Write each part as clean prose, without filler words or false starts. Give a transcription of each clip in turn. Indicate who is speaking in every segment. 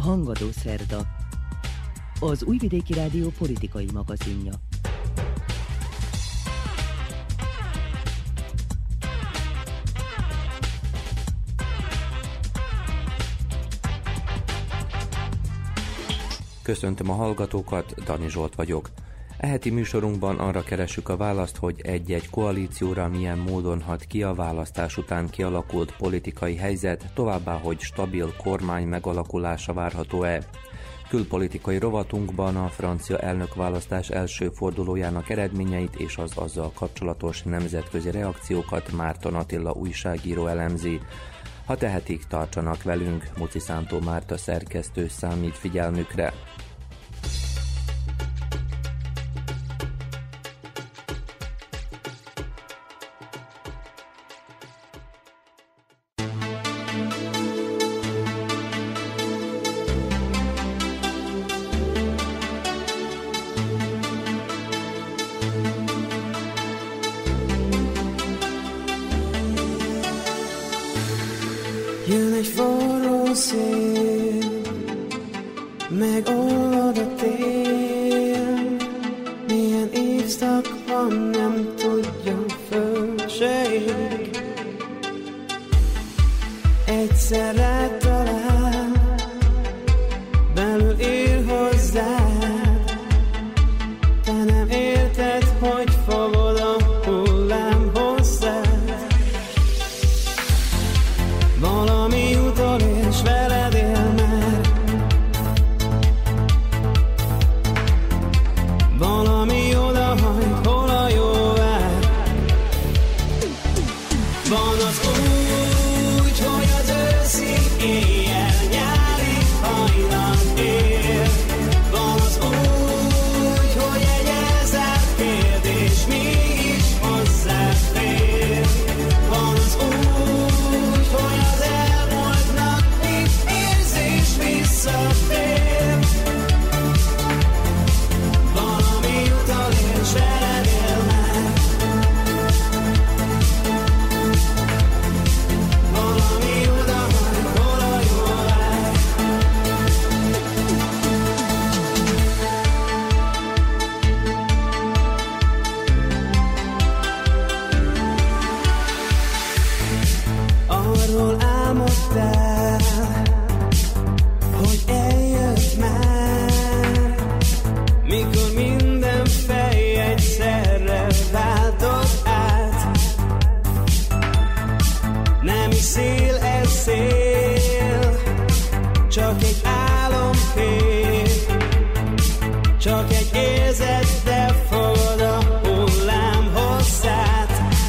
Speaker 1: Hangadó szerda, az Újvidéki Rádió politikai magazinja.
Speaker 2: Köszöntöm a hallgatókat, Dani Zsolt vagyok. E heti műsorunkban arra keressük a választ, hogy egy-egy koalícióra milyen módon hat ki a választás után kialakult politikai helyzet, továbbá, hogy stabil kormány megalakulása várható-e. Külpolitikai rovatunkban a francia elnökválasztás első fordulójának eredményeit és az azzal kapcsolatos nemzetközi reakciókat Márton Attila újságíró elemzi. Ha tehetik, tartsanak velünk, Muci Szántó Márta szerkesztő számít figyelmükre.
Speaker 3: Jön egy forró szél, megolvad a tél, milyen évszak van, nem tudja földség. Egyszerre talál, belül ér hozzád, te nem érted, hogy fogod a hullám hozzá. Valami utol és veled él már, valami odahajt, hol a jó vár. Van az úgy, hogy az őszi éjjel nyári hajnal ér. Van az úgy, hogy egy elzárt kérdés mégis hozzáfér. Van az úgy, hogy az elmúltnak itt érzés visszatér. Valami utal és veled él már, valami odahajt, hol a jó vár. Arról álmodtál, hogy eljött már, mikor minden fej egyszerre váltott át. Nem is szél, ez szél, csak egy álomkép, csak egy érzet, de fogod a hullám hosszát.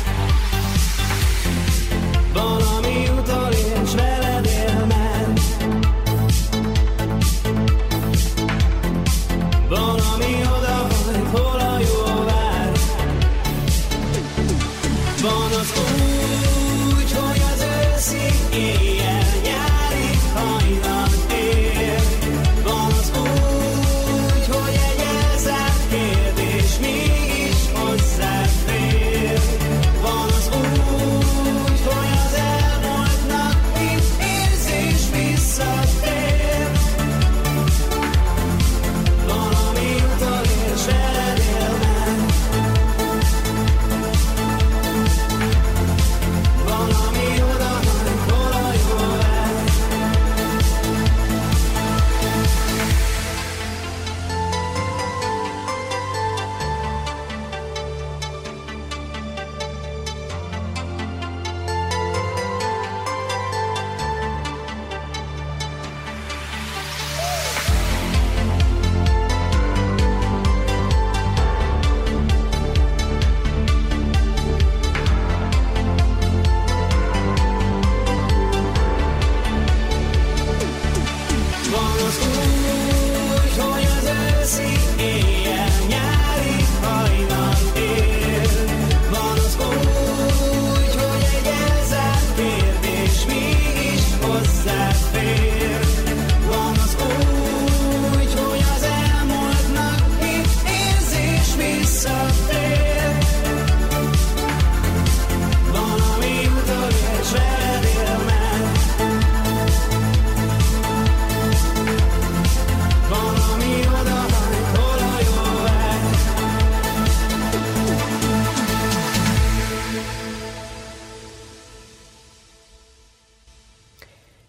Speaker 3: Valami utol és veled él már, valami odahajt, hol a jó vár. Van az úgy, hogy az őszi éjjel nyári hajnal ér. Van az úgy, hogy egy elzárt kérdés mégis hozzáfér. Van az úgy, hogy az elmúltnak itt érzés visszatér. Valami utol és veled él már, valami odahajt, hol a jó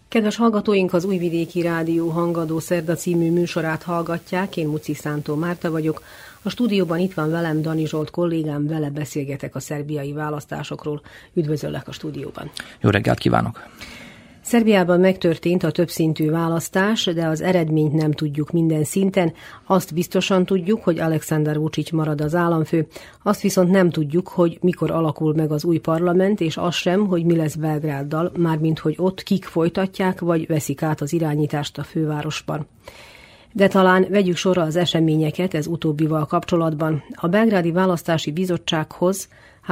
Speaker 4: Kedves hallgatóink, az Újvidéki Rádió Hangadó Szerda című műsorát hallgatják. Én Muci Szántó Márta vagyok. A stúdióban itt van velem Dani Zsolt kollégám, vele beszélgetek a szerbiai választásokról. Üdvözöllek a stúdióban.
Speaker 5: Jó reggelt kívánok!
Speaker 4: Szerbiában megtörtént a többszintű választás, de az eredményt nem tudjuk minden szinten. Azt biztosan tudjuk, hogy Aleksandar Vučić marad az államfő. Azt viszont nem tudjuk, hogy mikor alakul meg az új parlament, és az sem, hogy mi lesz Belgráddal, mármint hogy ott kik folytatják, vagy veszik át az irányítást a fővárosban. De talán vegyük sorra az eseményeket ez utóbbival kapcsolatban. A Belgrádi Választási Bizottsághoz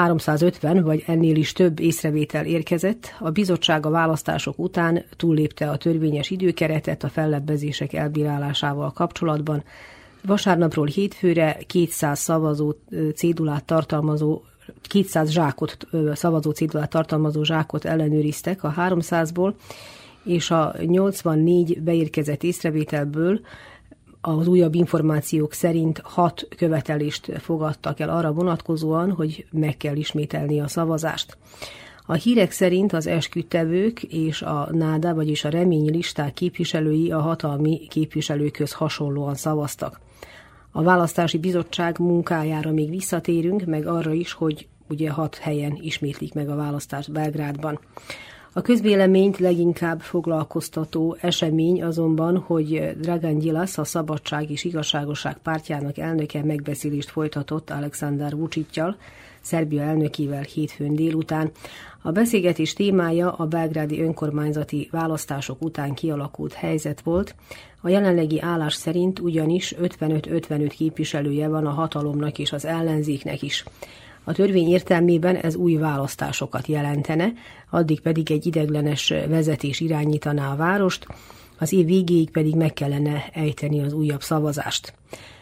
Speaker 4: 350 vagy ennél is több észrevétel érkezett, a bizottság a választások után túllépte a törvényes időkeretet a fellebbezések elbírálásával kapcsolatban. Vasárnapról hétfőre 200 szavazó cédulát tartalmazó 200 szavazó cédulát tartalmazó zsákot ellenőriztek a 300-ból, és a 84 beérkezett észrevételből az újabb információk szerint 6 követelést fogadtak el arra vonatkozóan, hogy meg kell ismételni a szavazást. A hírek szerint az esküdtevők és a NÁDA, vagyis a reménylisták képviselői a hatalmi képviselőkhöz hasonlóan szavaztak. A Választási Bizottság munkájára még visszatérünk, meg arra is, hogy ugye 6 helyen ismétlik meg a választást Belgrádban. A közvéleményt leginkább foglalkoztató esemény azonban, hogy Dragan Đilas, a Szabadság és Igazságosság pártjának elnöke megbeszélést folytatott Aleksandar Vučićsal, Szerbia elnökével hétfőn délután. A beszélgetés témája a belgrádi önkormányzati választások után kialakult helyzet volt. A jelenlegi állás szerint ugyanis 55-55 képviselője van a hatalomnak és az ellenzéknek is. A törvény értelmében ez új választásokat jelentene, addig pedig egy ideiglenes vezetés irányítaná a várost, az év végéig pedig meg kellene ejteni az újabb szavazást.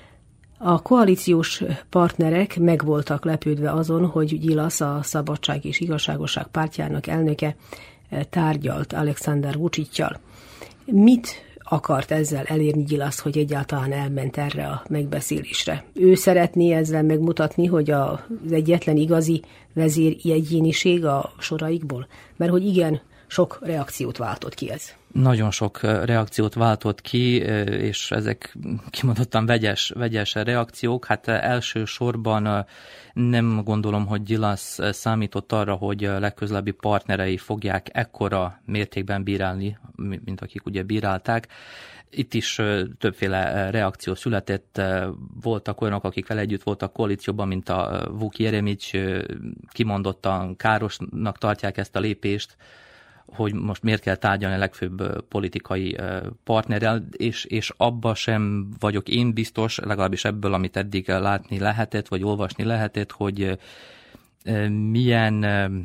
Speaker 4: A koalíciós partnerek meg voltak lepődve azon, hogy Đilas, a Szabadság és Igazságosság pártjának elnöke tárgyalt Aleksandar Vučićsal. Mit akart ezzel elérni Đilas, hogy egyáltalán elment erre a megbeszélésre? Ő szeretné ezzel megmutatni, hogy az egyetlen igazi vezér egyéniség a soraikból? Mert hogy igen, sok reakciót váltott ki ez.
Speaker 5: Nagyon sok reakciót váltott ki, és ezek kimondottan vegyes reakciók. Hát elsősorban nem gondolom, hogy Đilas számított arra, hogy legközelebbi partnerei fogják ekkora mértékben bírálni, mint akik ugye bírálták. Itt is többféle reakció született, voltak olyanok, akik vele együtt voltak koalícióban, mint a Vuk Jeremić, kimondottan károsnak tartják ezt a lépést, hogy most miért kell tárgyalni a legfőbb politikai partnerrel, és abba sem vagyok én biztos, legalábbis ebből, amit eddig látni lehetett, vagy olvasni lehetett, hogy milyen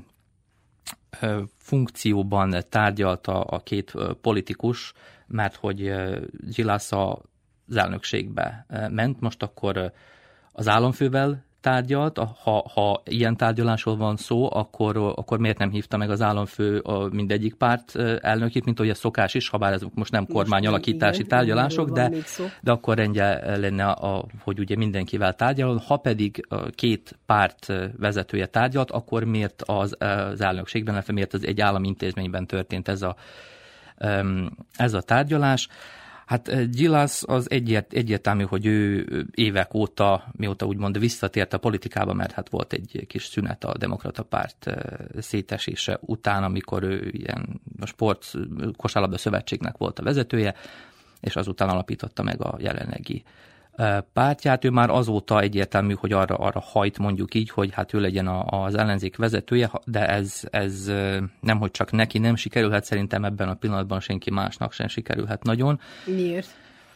Speaker 5: funkcióban tárgyalta a két politikus, mert hogy Đilas az elnökségbe ment, most akkor az államfővel tárgyalt, ha ilyen tárgyalásról van szó, akkor miért nem hívta meg az államfő mindegyik párt elnökét, mint ahogy a szokás is, ha bár ez most nem kormányalakítási tárgyalások, de akkor rendje lenne, hogy ugye mindenkivel tárgyal, ha pedig két párt vezetője tárgyalt, akkor miért az elnökségben, illetve miért az egy állami intézményben történt ez a tárgyalás. Hát Đilas az egyértelmű, hogy ő évek óta, mióta úgymond visszatért a politikába, mert hát volt egy kis szünet a Demokrata Párt szétesése után, amikor ő ilyen kosárlabda szövetségnek volt a vezetője, és azután alapította meg a jelenlegi pártját. Ő már azóta egyértelmű, hogy arra hajt, mondjuk így, hogy hát ő legyen az ellenzék vezetője, de ez nem, hogy csak neki nem sikerülhet, szerintem ebben a pillanatban senki másnak sem sikerülhet nagyon.
Speaker 4: Miért?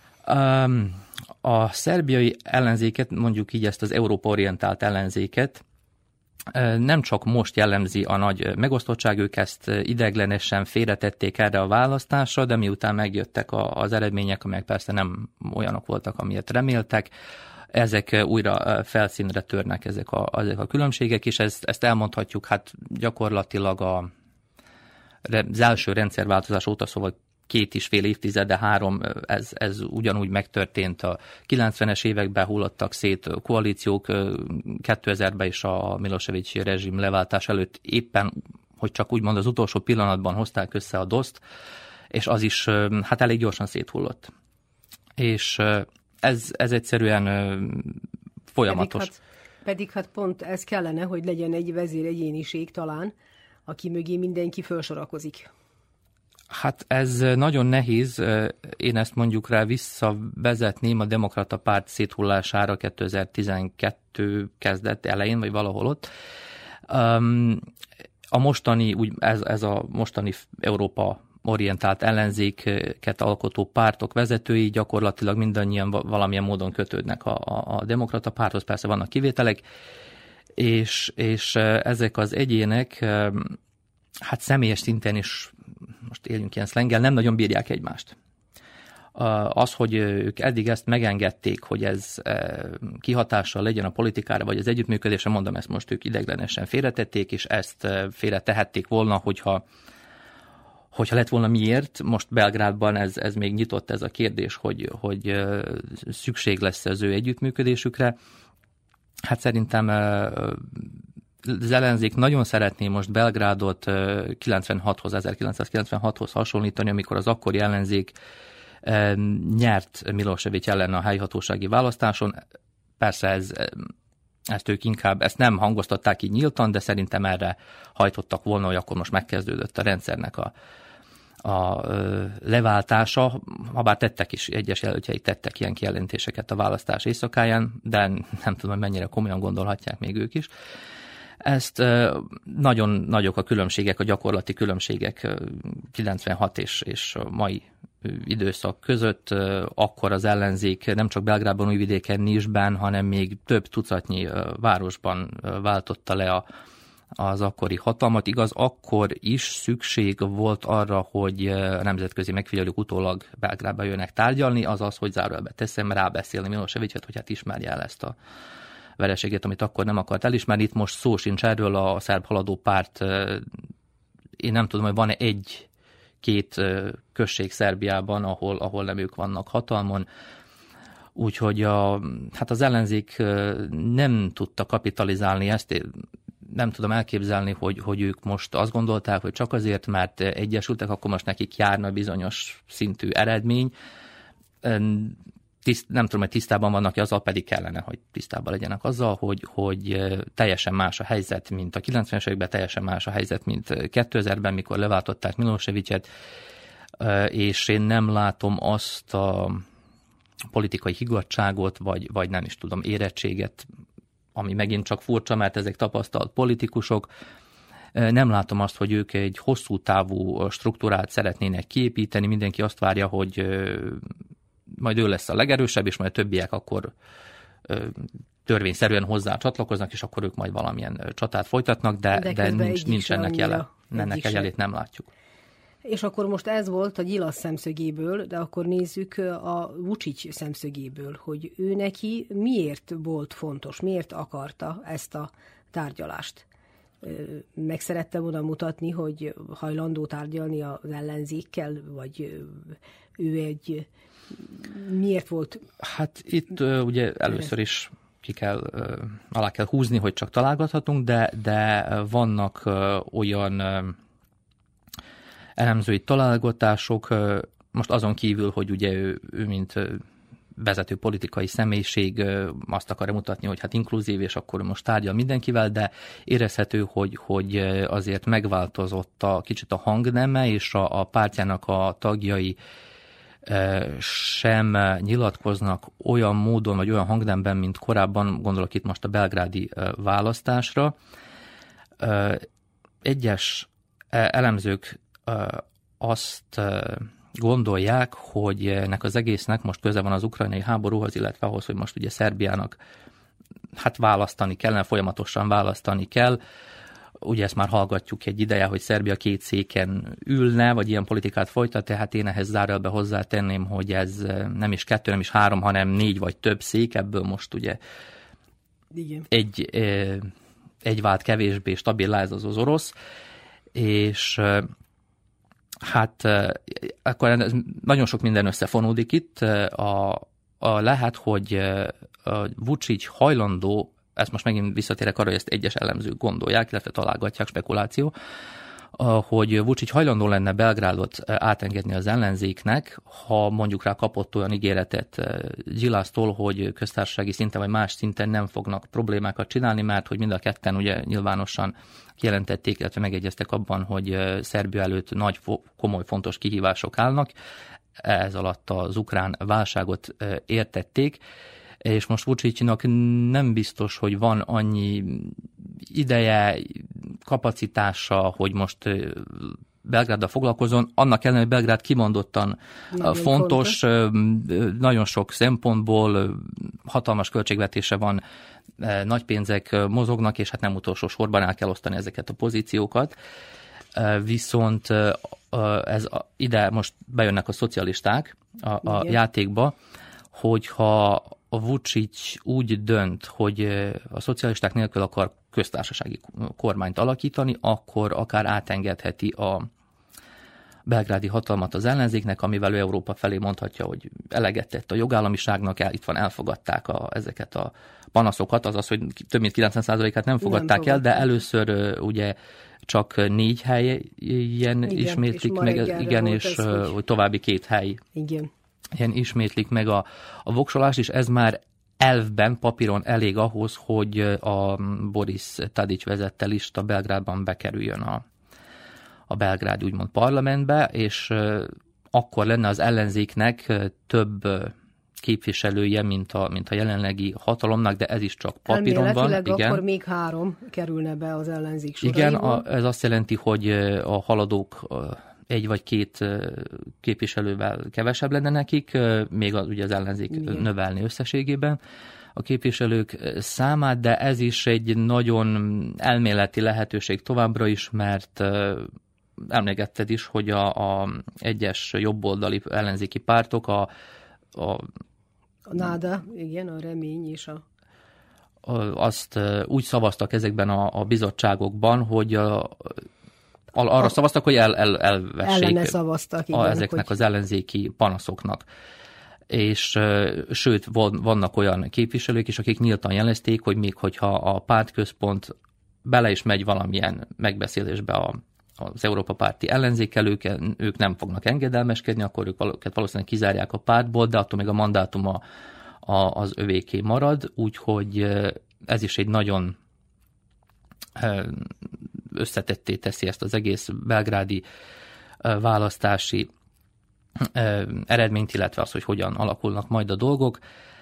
Speaker 5: A szerbiai ellenzéket, mondjuk így ezt az Európa-orientált ellenzéket, nem csak most jellemzi a nagy megosztottság, ők ezt ideiglenesen félretették erre a választásra, de miután megjöttek az eredmények, amelyek persze nem olyanok voltak, amilyet reméltek, ezek újra felszínre törnek ezek a különbségek, és ezt elmondhatjuk hát gyakorlatilag az első rendszerváltozás óta, szóval 2,5 évtized, de 3, ez ugyanúgy megtörtént. A 90-es években hullottak szét koalíciók, 2000-ben is a Milošević rezsim leváltás előtt éppen, hogy csak úgymond az utolsó pillanatban hozták össze a DOSZ-t, és az is hát elég gyorsan széthullott. És ez egyszerűen folyamatos.
Speaker 4: Pedig pont ez kellene, hogy legyen egy vezéregyéniség talán, aki mögé mindenki felsorakozik.
Speaker 5: Hát ez nagyon nehéz, én ezt mondjuk rá visszavezetném a Demokrata Párt széthullására 2012 kezdett elején, vagy valahol ott. A mostani, ez a mostani Európa orientált ellenzéket alkotó pártok vezetői gyakorlatilag mindannyian valamilyen módon kötődnek a Demokrata Párthoz, persze vannak kivételek, és ezek az egyének hát személyes szinten is, most éljünk ilyen szlenggel, nem nagyon bírják egymást. Az, hogy ők eddig ezt megengedték, hogy ez kihatással legyen a politikára, vagy az együttműködésre, mondom, ezt most ők ideiglenesen félretették, és ezt félretehették volna, hogyha lett volna miért. Most Belgrádban ez még nyitott ez a kérdés, hogy szükség lesz az ő együttműködésükre. Hát szerintem az ellenzék nagyon szeretné most Belgrádot 1996-hoz hasonlítani, amikor az akkori ellenzék nyert Milosevic ellen a helyhatósági választáson. Persze ezt ők inkább, ezt nem hangoztatták így nyíltan, de szerintem erre hajtottak volna, hogy akkor most megkezdődött a rendszernek a leváltása, habár tettek is, egyes jelöltjeik tettek ilyen kijelentéseket a választás éjszakáján, de nem tudom, mennyire komolyan gondolhatják még ők is. Ezt nagyon nagyok a különbségek, a gyakorlati különbségek 96 és a mai időszak között. Akkor az ellenzék nem csak Belgrádban, Újvidéken, Nisben, hanem még több tucatnyi városban váltotta le az akkori hatalmat. Igaz, akkor is szükség volt arra, hogy a nemzetközi megfigyelők utólag Belgrádba jönnek tárgyalni, azaz, hogy zárójelbe teszem, rábeszélni Milosevicet, hogy hát ismerje el ezt a vereséget, amit akkor nem akart elismerni. Itt most szó sincs erről, a szerb haladó párt, én nem tudom, hogy van-e egy-két község Szerbiában, ahol nem ők vannak hatalmon. Úgyhogy hát az ellenzék nem tudta kapitalizálni ezt. Nem tudom elképzelni, hogy ők most azt gondolták, hogy csak azért, mert egyesültek, akkor most nekik járna bizonyos szintű eredmény. Nem tudom, hogy tisztában vannak, azzal pedig kellene, hogy tisztában legyenek azzal, hogy teljesen más a helyzet, mint a 90-es években, teljesen más a helyzet, mint 2000-ben, mikor leváltották Milosevicet, és én nem látom azt a politikai higgadtságot, vagy nem is tudom, érettséget, ami megint csak furcsa, mert ezek tapasztalt politikusok. Nem látom azt, hogy ők egy hosszú távú struktúrát szeretnének kiépíteni, mindenki azt várja, hogy majd ő lesz a legerősebb, és majd a többiek akkor törvényszerűen hozzá csatlakoznak, és akkor ők majd valamilyen csatát folytatnak, de nincs ennek jele. Ennek egyelét nem látjuk.
Speaker 4: És akkor most ez volt a Gyilas szemszögéből, de akkor nézzük a Vučić szemszögéből, hogy ő neki miért volt fontos, miért akarta ezt a tárgyalást. Meg szerette volna mutatni, hogy hajlandó tárgyalni az ellenzékkel, vagy ő miért volt?
Speaker 5: Hát itt ugye először is alá kell húzni, hogy csak találgathatunk, de vannak olyan elemzői találgatások, most azon kívül, hogy ugye ő mint vezető politikai személyiség azt akarja mutatni, hogy hát inkluzív, és akkor most tárgyal mindenkivel, de érezhető, hogy azért megváltozott kicsit a hangneme, és a pártjának a tagjai sem nyilatkoznak olyan módon, vagy olyan hangnemben, mint korábban, gondolok itt most a belgrádi választásra. Egyes elemzők azt gondolják, hogy ennek az egésznek most köze van az ukrajnai háborúhoz, illetve ahhoz, hogy most ugye Szerbiának hát választani kellene, folyamatosan választani kell. Ugye ezt már hallgatjuk egy ideje, hogy Szerbia 2 széken ülne, vagy ilyen politikát folytat, tehát én ehhez zárójelbe hozzátenném, hogy ez nem is 2, nem is 3, hanem 4 vagy több szék, ebből most ugye igen. Egy vált kevésbé stabil, ez az orosz, és hát akkor nagyon sok minden összefonódik itt. Lehet, hogy a Vučić hajlandó, ezt most megint visszatérek arra, hogy ezt egyes elemzők gondolják, illetve találgatják, spekuláció, hogy Vučić hajlandó lenne Belgrádot átengedni az ellenzéknek, ha mondjuk rá kapott olyan ígéretet Gyilásztól, hogy köztársasági szinten vagy más szinten nem fognak problémákat csinálni, mert hogy mind a ketten ugye nyilvánosan kijelentették, illetve megegyeztek abban, hogy Szerbia előtt nagy, komoly, fontos kihívások állnak. Ez alatt az ukrán válságot értették, és most Vučićnak nem biztos, hogy van annyi ideje, kapacitása, hogy most Belgráddal foglalkozzon, annak ellenére, hogy Belgrád kimondottan fontos, nagyon sok szempontból hatalmas költségvetése van, nagy pénzek mozognak, és hát nem utolsó sorban el kell osztani ezeket a pozíciókat. Viszont ide most bejönnek a szocialisták a játékba, hogyha a Vučić úgy dönt, hogy a szocialisták nélkül akar köztársasági kormányt alakítani, akkor akár átengedheti a belgrádi hatalmat az ellenzéknek, amivel ő Európa felé mondhatja, hogy eleget tett a jogállamiságnak, itt van, elfogadták ezeket a panaszokat, azaz, hogy több mint 90%-át nem fogadták el, de először ugye csak 4 helyen ismétlik meg, és hogy további 2 hely.
Speaker 4: Igen.
Speaker 5: Ilyen ismétlik meg a voksolást, és ez már elvben, papíron elég ahhoz, hogy a Boris Tadić vezette lista Belgrádban bekerüljön a belgrádi úgymond parlamentbe, és akkor lenne az ellenzéknek több képviselője, mint a jelenlegi hatalomnak, de ez is csak papíron van.
Speaker 4: Igen. Akkor még 3 kerülne be az ellenzék soraiba.
Speaker 5: Igen, ez azt jelenti, hogy a haladók 1 vagy 2 képviselővel kevesebb lenne nekik, még ugye az ellenzék növelni összességében a képviselők számát, de ez is egy nagyon elméleti lehetőség továbbra is, mert emlékezted is, hogy a egyes jobboldali ellenzéki pártok a
Speaker 4: NÁDA, igen, a Remény és
Speaker 5: azt úgy szavaztak ezekben a bizottságokban, hogy arra szavaztak, hogy elvessék ezeknek az ellenzéki panaszoknak. És sőt, vannak olyan képviselők is, akik nyíltan jelezték, hogy még hogyha a pártközpont bele is megy valamilyen megbeszélésbe az Európa párti ellenzékkel, ők nem fognak engedelmeskedni, akkor őket valószínűleg kizárják a pártból, de attól még a mandátuma az övéké marad, úgyhogy ez is egy nagyon összetetté teszi ezt az egész belgrádi választási eredményt, illetve az, hogy hogyan alakulnak majd a dolgok.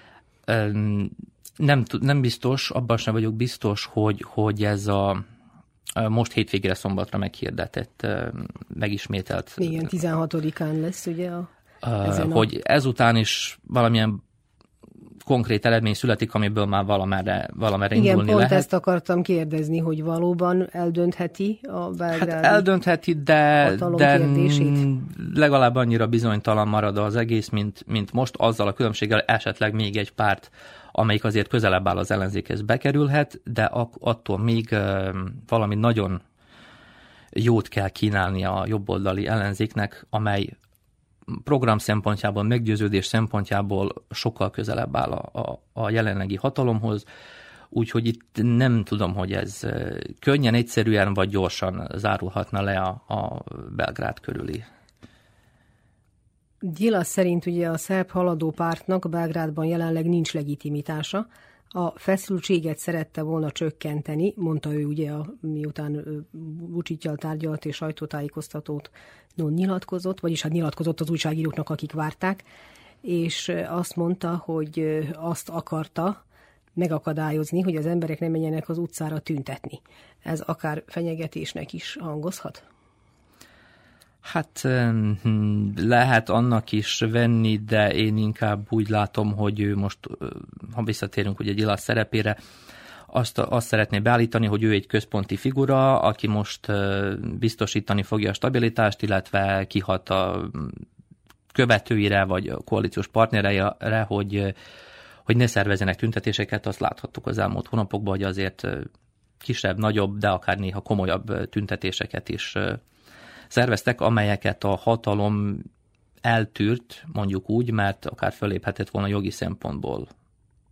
Speaker 5: Nem biztos, abban sem vagyok biztos, hogy ez a most hétvégére szombatra meghirdetett, megismételt.
Speaker 4: Igen, 16-án lesz ugye
Speaker 5: hogy ezután is valamilyen konkrét eredmény születik, amiből már valamerre indulni lehet.
Speaker 4: Igen, pont ezt akartam kérdezni, hogy valóban eldöntheti a belgrádi
Speaker 5: Hát eldöntheti, de legalább annyira bizonytalan marad az egész, mint most, azzal a különbséggel esetleg még egy párt, amelyik azért közelebb áll az ellenzékhez bekerülhet, de attól még valami nagyon jót kell kínálni a jobboldali ellenzéknek, amely program szempontjából, meggyőződés szempontjából sokkal közelebb áll a jelenlegi hatalomhoz, úgyhogy itt nem tudom, hogy ez könnyen, egyszerűen vagy gyorsan zárulhatna le a Belgrád körüli.
Speaker 4: Gyilas szerint ugye a szerb haladó pártnak Belgrádban jelenleg nincs legitimitása. A feszültséget szerette volna csökkenteni, mondta ő ugye, miután Vučićjal tárgyalt és sajtótájékoztatót nyilatkozott, vagyis hát nyilatkozott az újságíróknak, akik várták, és azt mondta, hogy azt akarta megakadályozni, hogy az emberek nem menjenek az utcára tüntetni. Ez akár fenyegetésnek is hangozhat?
Speaker 5: Hát lehet annak is venni, de én inkább úgy látom, hogy ő most, ha visszatérünk ugye Gyilas szerepére, azt szeretné beállítani, hogy ő egy központi figura, aki most biztosítani fogja a stabilitást, illetve kihat a követőire, vagy a koalíciós partnereire, hogy ne szervezzenek tüntetéseket. Azt láthattuk az elmúlt hónapokban, hogy azért kisebb, nagyobb, de akár néha komolyabb tüntetéseket is szerveztek, amelyeket a hatalom eltűrt, mondjuk úgy, mert akár föléphetett volna jogi szempontból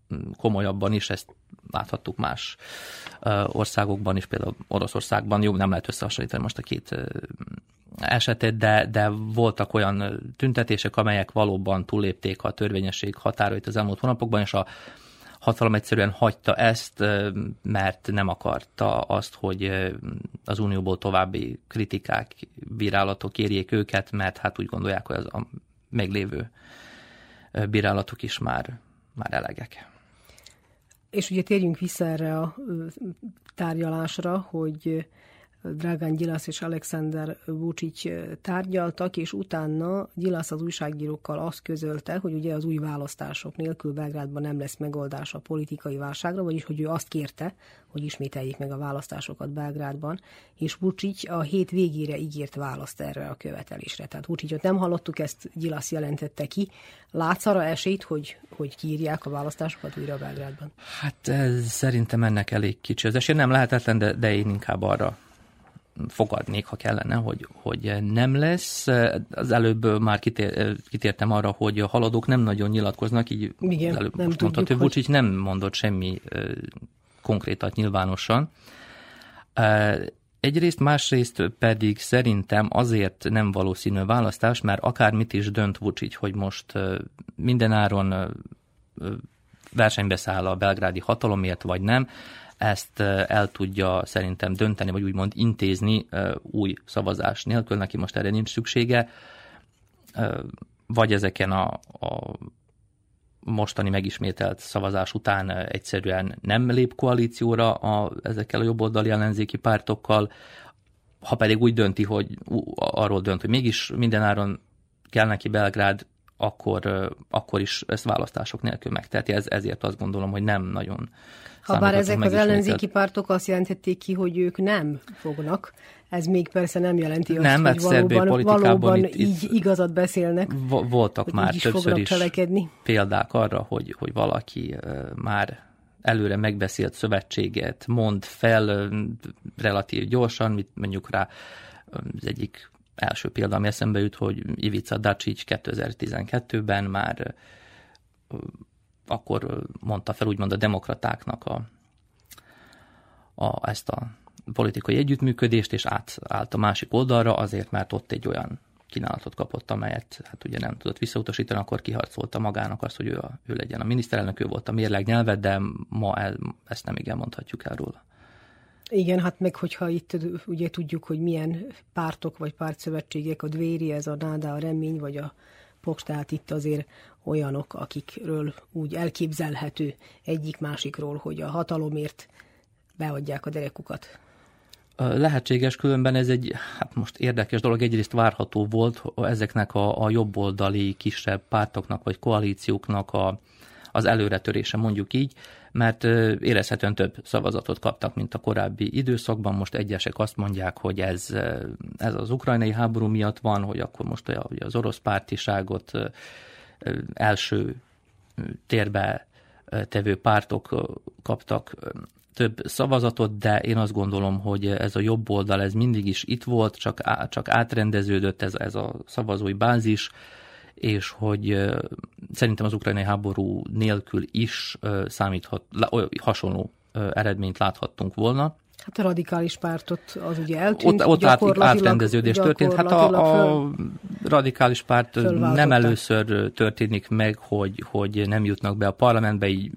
Speaker 5: komolyabban is, ezt láthattuk más országokban is, például Oroszországban. Jó, nem lehet összehasonlítani most a két esetet, de voltak olyan tüntetések, amelyek valóban túllépték a törvényesség határait az elmúlt hónapokban, és a hatalom egyszerűen hagyta ezt, mert nem akarta azt, hogy az Unióból további kritikák, bírálatok érjék őket, mert hát úgy gondolják, hogy az a meglévő bírálatok is már elegek.
Speaker 4: És ugye térjünk vissza erre a tárgyalásra, hogy Dragan Đilas és Alexander Vučić tárgyaltak, és utána Đilas az újságírókkal azt közölte, hogy ugye az új választások nélkül Belgrádban nem lesz megoldás a politikai válságra, vagyis hogy ő azt kérte, hogy ismételjék meg a választásokat Belgrádban, és Vučić a hét végére ígért választ erre a követelésre. Tehát Vučićot nem hallottuk, ezt Đilas jelentette ki. Látsz arra esélyt, hogy kiírják a választásokat újra Belgrádban?
Speaker 5: Hát szerintem ennek elég kicsi az esély. Nem lehetetlen, de én inkább arra fogadnék, ha kellene, hogy nem lesz. Az előbb már kitértem arra, hogy a haladók nem nagyon nyilatkoznak, így
Speaker 4: igen,
Speaker 5: előbb most mondta, hogy Vučić nem mondott semmi konkrétat nyilvánosan. Egyrészt, másrészt pedig szerintem azért nem valószínű választás, mert akármit is dönt Vučić, hogy most mindenáron versenybe száll a belgrádi hatalomért, vagy nem, ezt el tudja szerintem dönteni, vagy úgymond intézni új szavazás nélkül, neki most erre nincs szüksége, vagy ezeken a mostani megismételt szavazás után egyszerűen nem lép koalícióra ezekkel a jobboldali ellenzéki pártokkal, ha pedig úgy dönti, hogy arról dönt, hogy mégis mindenáron kell neki Belgrád, akkor is ezt választások nélkül megteheti. Ezért azt gondolom, hogy nem nagyon
Speaker 4: Habár ezek az ellenzéki pártok azt jelentették ki, hogy ők nem fognak. Ez még persze nem jelenti azt, hogy valóban így igazat beszélnek.
Speaker 5: Voltak már többször is példák arra, hogy valaki már előre megbeszélt szövetséget mond fel relatív gyorsan, mit mondjuk rá az egyik első példa, ami eszembe jut, hogy Ivica Dačić 2012-ben már akkor mondta fel úgymond a demokratáknak ezt a politikai együttműködést, és átállt a másik oldalra, azért, mert ott egy olyan kínálatot kapott, amelyet hát ugye nem tudott visszautasítani, akkor kiharcolta magának azt, hogy ő legyen a miniszterelnök, ő volt a mérleg nyelve, de ma ezt nem igen mondhatjuk el róla.
Speaker 4: Igen, hát meg hogyha itt ugye tudjuk, hogy milyen pártok vagy pártszövetségek, a Dvéri, ez a Náda, a Remény, vagy a Poksz, tehát itt azért olyanok, akikről úgy elképzelhető egyik-másikról, hogy a hatalomért beadják a derekukat.
Speaker 5: Lehetséges, különben ez egy most érdekes dolog, egyrészt várható volt ezeknek a jobboldali kisebb pártoknak vagy koalícióknak az előretörése, mondjuk így, mert érezhetően több szavazatot kaptak, mint a korábbi időszakban. Most egyesek azt mondják, hogy ez az ukrajnai háború miatt van, hogy akkor most az orosz pártiságot első térbe tevő pártok kaptak több szavazatot, de én azt gondolom, hogy ez a jobb oldal, ez mindig is itt volt, csak átrendeződött ez a szavazói bázis, és hogy szerintem az ukrajnai háború nélkül is hasonló eredményt láthattunk volna.
Speaker 4: Hát a radikális pártot az ugye eltűnt.
Speaker 5: Ott átrendeződés történt. Hát a radikális párt nem először történik meg, hogy nem jutnak be a parlamentbe, így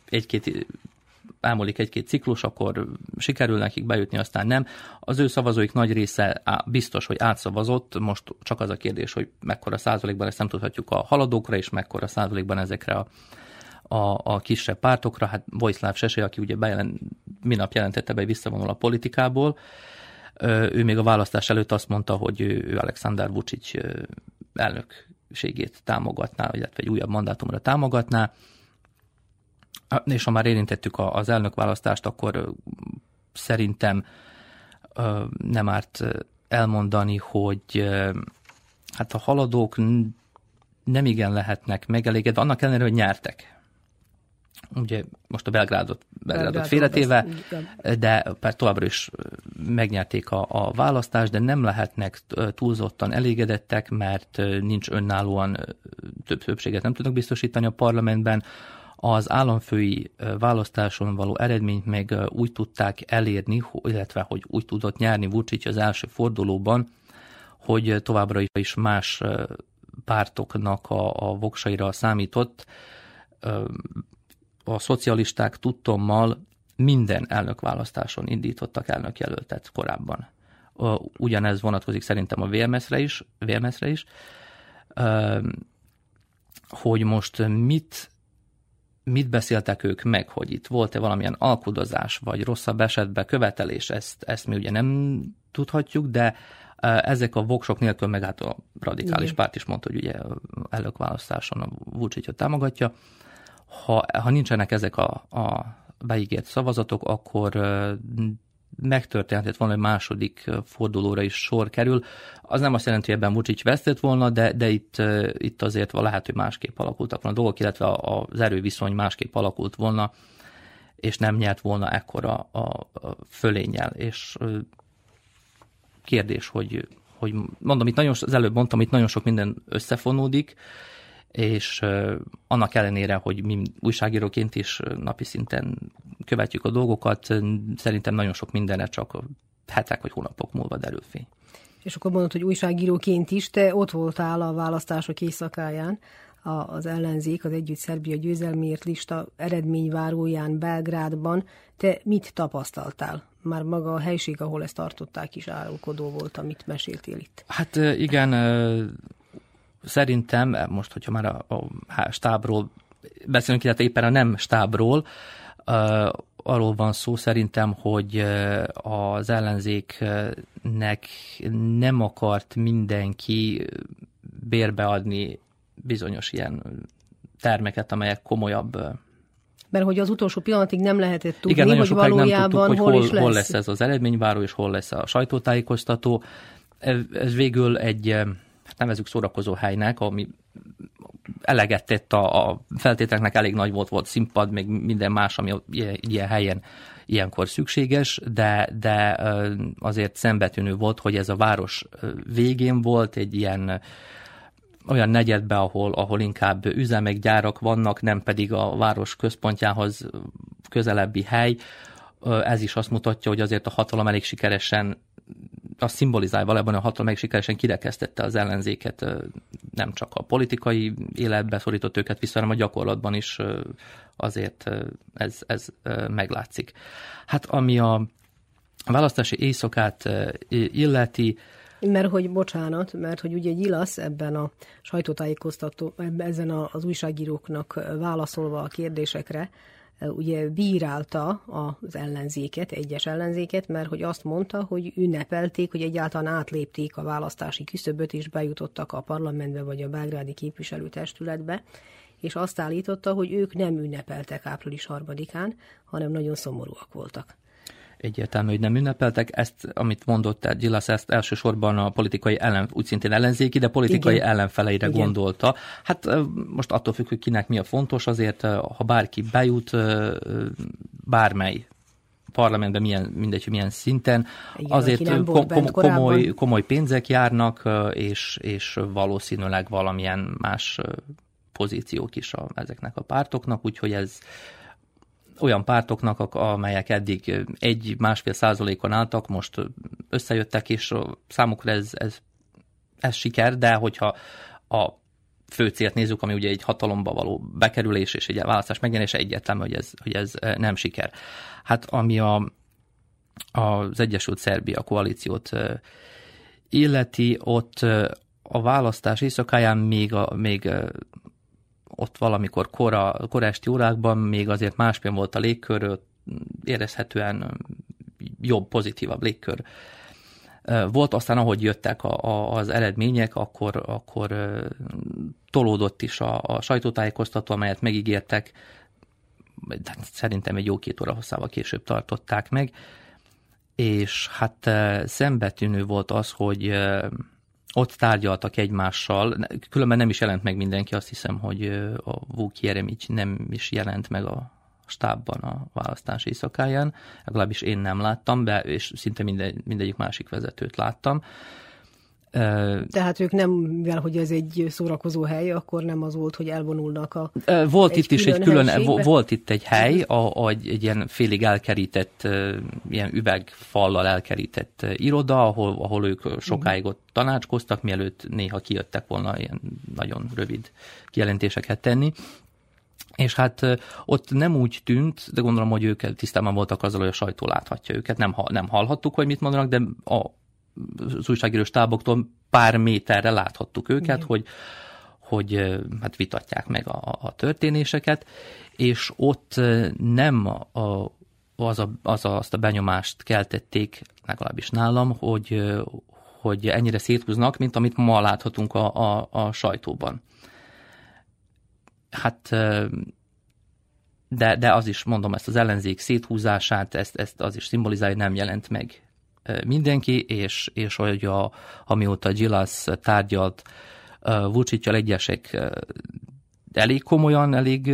Speaker 5: elmúlik egy-két ciklus, akkor sikerül nekik bejutni, aztán nem. Az ő szavazóik nagy része biztos, hogy átszavazott, most csak az a kérdés, hogy mekkora százalékban, ezt nem tudhatjuk a haladókra, és mekkora százalékban ezekre a kisebb pártokra. Hát Vojislav Šešelj, aki ugye minap jelentette be, hogy visszavonul a politikából, ő még a választás előtt azt mondta, hogy ő Alexander Vučić elnökségét támogatná, illetve egy újabb mandátumra támogatná. És ha már érintettük az elnökválasztást, akkor szerintem nem árt elmondani, hogy hát a haladók nem igen lehetnek megelégedve, annak ellenére, hogy nyertek. Ugye most a Belgrádot félretéve, de továbbra is megnyerték a választást, de nem lehetnek túlzottan elégedettek, mert nincs önállóan többséget nem tudnak biztosítani a parlamentben. Az államfői választáson való eredményt meg úgy tudták elérni, illetve hogy úgy tudott nyerni Vučić az első fordulóban, hogy továbbra is más pártoknak a voksaira számított. A szocialisták tudtommal minden elnökválasztáson indítottak elnökjelöltet korábban. Ugyanez vonatkozik szerintem a VMS-re is, hogy most mit beszéltek ők meg, hogy itt volt-e valamilyen alkudozás, vagy rosszabb esetben követelés, ezt mi ugye nem tudhatjuk, de ezek a voksok nélkül meg hát a radikális párt is mondta, hogy ugye elnökválasztáson a Vučićot támogatja. Ha nincsenek ezek a beígért szavazatok, akkor megtörténhet volna, hogy második fordulóra is sor kerül. Az nem azt jelenti, hogy ebben Vučić vesztett volna, de itt azért lehet, hogy másképp alakultak volna a dolgok, illetve az erőviszony másképp alakult volna, és nem nyert volna ekkora a fölénnyel. És kérdés, hogy mondom, itt az előbb mondtam, itt nagyon sok minden összefonódik, és annak ellenére, hogy mi újságíróként is napi szinten követjük a dolgokat, szerintem nagyon sok mindenre csak hetek vagy hónapok múlva derül fény.
Speaker 4: És akkor mondod, hogy újságíróként is, te ott voltál a választások éjszakáján, az ellenzék, az Együtt Szerbia győzelmért lista eredményváróján Belgrádban. Te mit tapasztaltál? Már maga a helység, ahol ezt tartották is árulkodó volt, amit meséltél itt.
Speaker 5: Hát igen, szerintem, most, hogyha már a stábról beszélünk, illetve éppen a nem stábról, arról van szó szerintem, hogy az ellenzéknek nem akart mindenki bérbeadni bizonyos ilyen termeket, amelyek komolyabb.
Speaker 4: Mert hogy az utolsó pillanatig nem lehetett tudni,
Speaker 5: igen,
Speaker 4: hogy valójában
Speaker 5: nem tudtuk, hogy
Speaker 4: hol
Speaker 5: lesz ez az eredményváró, és hol lesz a sajtótájékoztató. Ez végül egy, nevezzük szórakozó helynek, ami eleget tett a feltételeknek, elég nagy volt színpad, még minden más, ami ilyen helyen ilyenkor szükséges, de azért szembetűnő volt, hogy ez a város végén volt, egy ilyen olyan negyedbe, ahol inkább üzemek, gyárak vannak, nem pedig a város központjához közelebbi hely. Ez is azt mutatja, hogy azért a hatalom elég sikeresen, azt szimbolizálja valójában, a hatalom elég sikeresen kirekesztette az ellenzéket, nem csak a politikai életbe szorított őket vissza, hanem a gyakorlatban is azért ez meglátszik. Hát ami a választási éjszakát illeti,
Speaker 4: mert hogy ugye Nyilasz ebben a sajtótájékoztató, ezen az újságíróknak válaszolva a kérdésekre, ugye bírálta az ellenzéket, egyes ellenzéket, mert hogy azt mondta, hogy ünnepelték, hogy egyáltalán átlépték a választási küszöböt, és bejutottak a parlamentbe vagy a belgrádi képviselőtestületbe, és azt állította, hogy ők nem ünnepeltek április 3-án, hanem nagyon szomorúak voltak.
Speaker 5: Egyértelmű, hogy nem ünnepeltek. Ezt, amit mondott Nyilasz, ezt elsősorban a politikai úgy szintén ellenzéki, de politikai igen. ellenfeleire igen. gondolta. Hát most attól függ, hogy kinek mi a fontos, azért ha bárki bejut bármely parlamentben, mindegy, hogy milyen szinten, igen, azért komoly pénzek járnak, és valószínűleg valamilyen más pozíciók is ezeknek a pártoknak, úgyhogy ez olyan pártoknak, amelyek eddig 1-1,5% álltak, most összejöttek, és számukra ez siker, de hogyha a fő célt nézzük, ami ugye egy hatalomba való bekerülés és egy választás megnyerése, egyértelmű, hogy ez nem siker. Hát ami az Egyesült Szerbia koalíciót illeti, ott a választás éjszakáján még ott valamikor kora esti órákban még azért másképp volt a légkör, érezhetően jobb, pozitívabb légkör volt. Aztán ahogy jöttek az eredmények, akkor tolódott is a sajtótájékoztató, amelyet megígértek, de szerintem egy jó 2 óra hosszával később tartották meg, és hát szembetűnő volt az, hogy ott tárgyaltak egymással, különben nem is jelent meg mindenki, azt hiszem, hogy a Vuk Jeremić nem is jelent meg a stábban a választás éjszakáján, legalábbis én nem láttam, és szinte mindegyik másik vezetőt láttam.
Speaker 4: Tehát ők nem, mivel hogy ez egy szórakozó hely, akkor nem az volt, hogy elvonulnak a
Speaker 5: volt itt is egy külön, volt itt egy hely, egy ilyen félig elkerített, ilyen üvegfallal elkerített iroda, ahol ők sokáig ott tanácskoztak, mielőtt néha kijöttek volna ilyen nagyon rövid kijelentéseket tenni. És hát ott nem úgy tűnt, de gondolom, hogy ők tisztában voltak azzal, hogy a sajtó láthatja őket. Nem hallhattuk, hogy mit mondanak, de az újságíró stáboktól pár méterre láthattuk őket, hogy hát vitatják meg a történéseket, és ott nem azt a benyomást keltették, legalábbis nálam, hogy ennyire széthúznak, mint amit ma láthatunk a sajtóban. Hát, de az is, mondom, ezt az ellenzék széthúzását, ezt az is szimbolizálja, nem jelent meg mindenki, és hogy amióta Gilas tárgyalt Vučićsal, egyesek elég komolyan,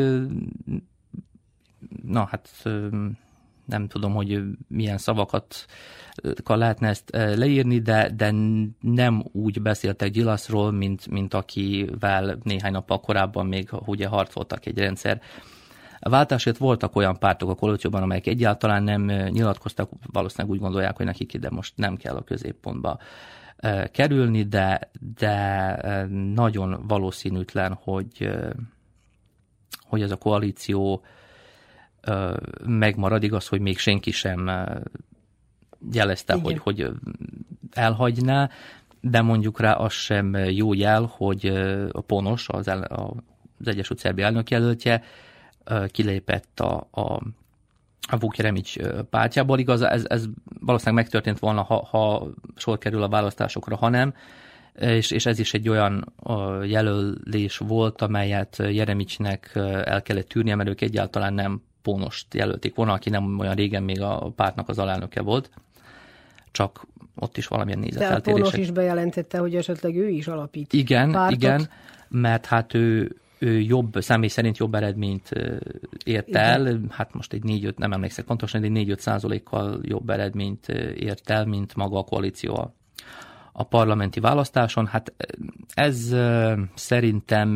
Speaker 5: nem tudom, hogy milyen szavakat lehetne ezt leírni, de nem úgy beszéltek Gilasról, mint akivel néhány nappal korábban még ugye harcoltak egy rendszer váltásért. Voltak olyan pártok a koalícióban, amelyek egyáltalán nem nyilatkoztak, valószínűleg úgy gondolják, hogy nekik ide most nem kell a középpontba kerülni, de nagyon valószínűtlen, hogy ez a koalíció megmarad. Igaz, hogy még senki sem jelezte, hogy elhagyná, de mondjuk rá az sem jó jel, hogy a Ponos, az Egyesült Szerbia elnökjelöltje kilépett a Vuk Jeremić pártjából. Igaz, ez valószínűleg megtörtént volna, ha sor kerül a választásokra, ha nem, és ez is egy olyan jelölés volt, amelyet Jeremićnek el kellett tűrnie, mert ők egyáltalán nem Ponost jelölték volna, aki nem olyan régen még a pártnak az alelnöke volt, csak ott is valamilyen nézeteltérések.
Speaker 4: De a Ponos is bejelentette, hogy esetleg ő is alapít pártot. Igen,
Speaker 5: mert hát ő személy szerint jobb eredményt ért el, hát most egy 4-5, nem emlékszek pontosan, de 4-5%-kal jobb eredményt ért el, mint maga a koalíció a parlamenti választáson. Hát ez szerintem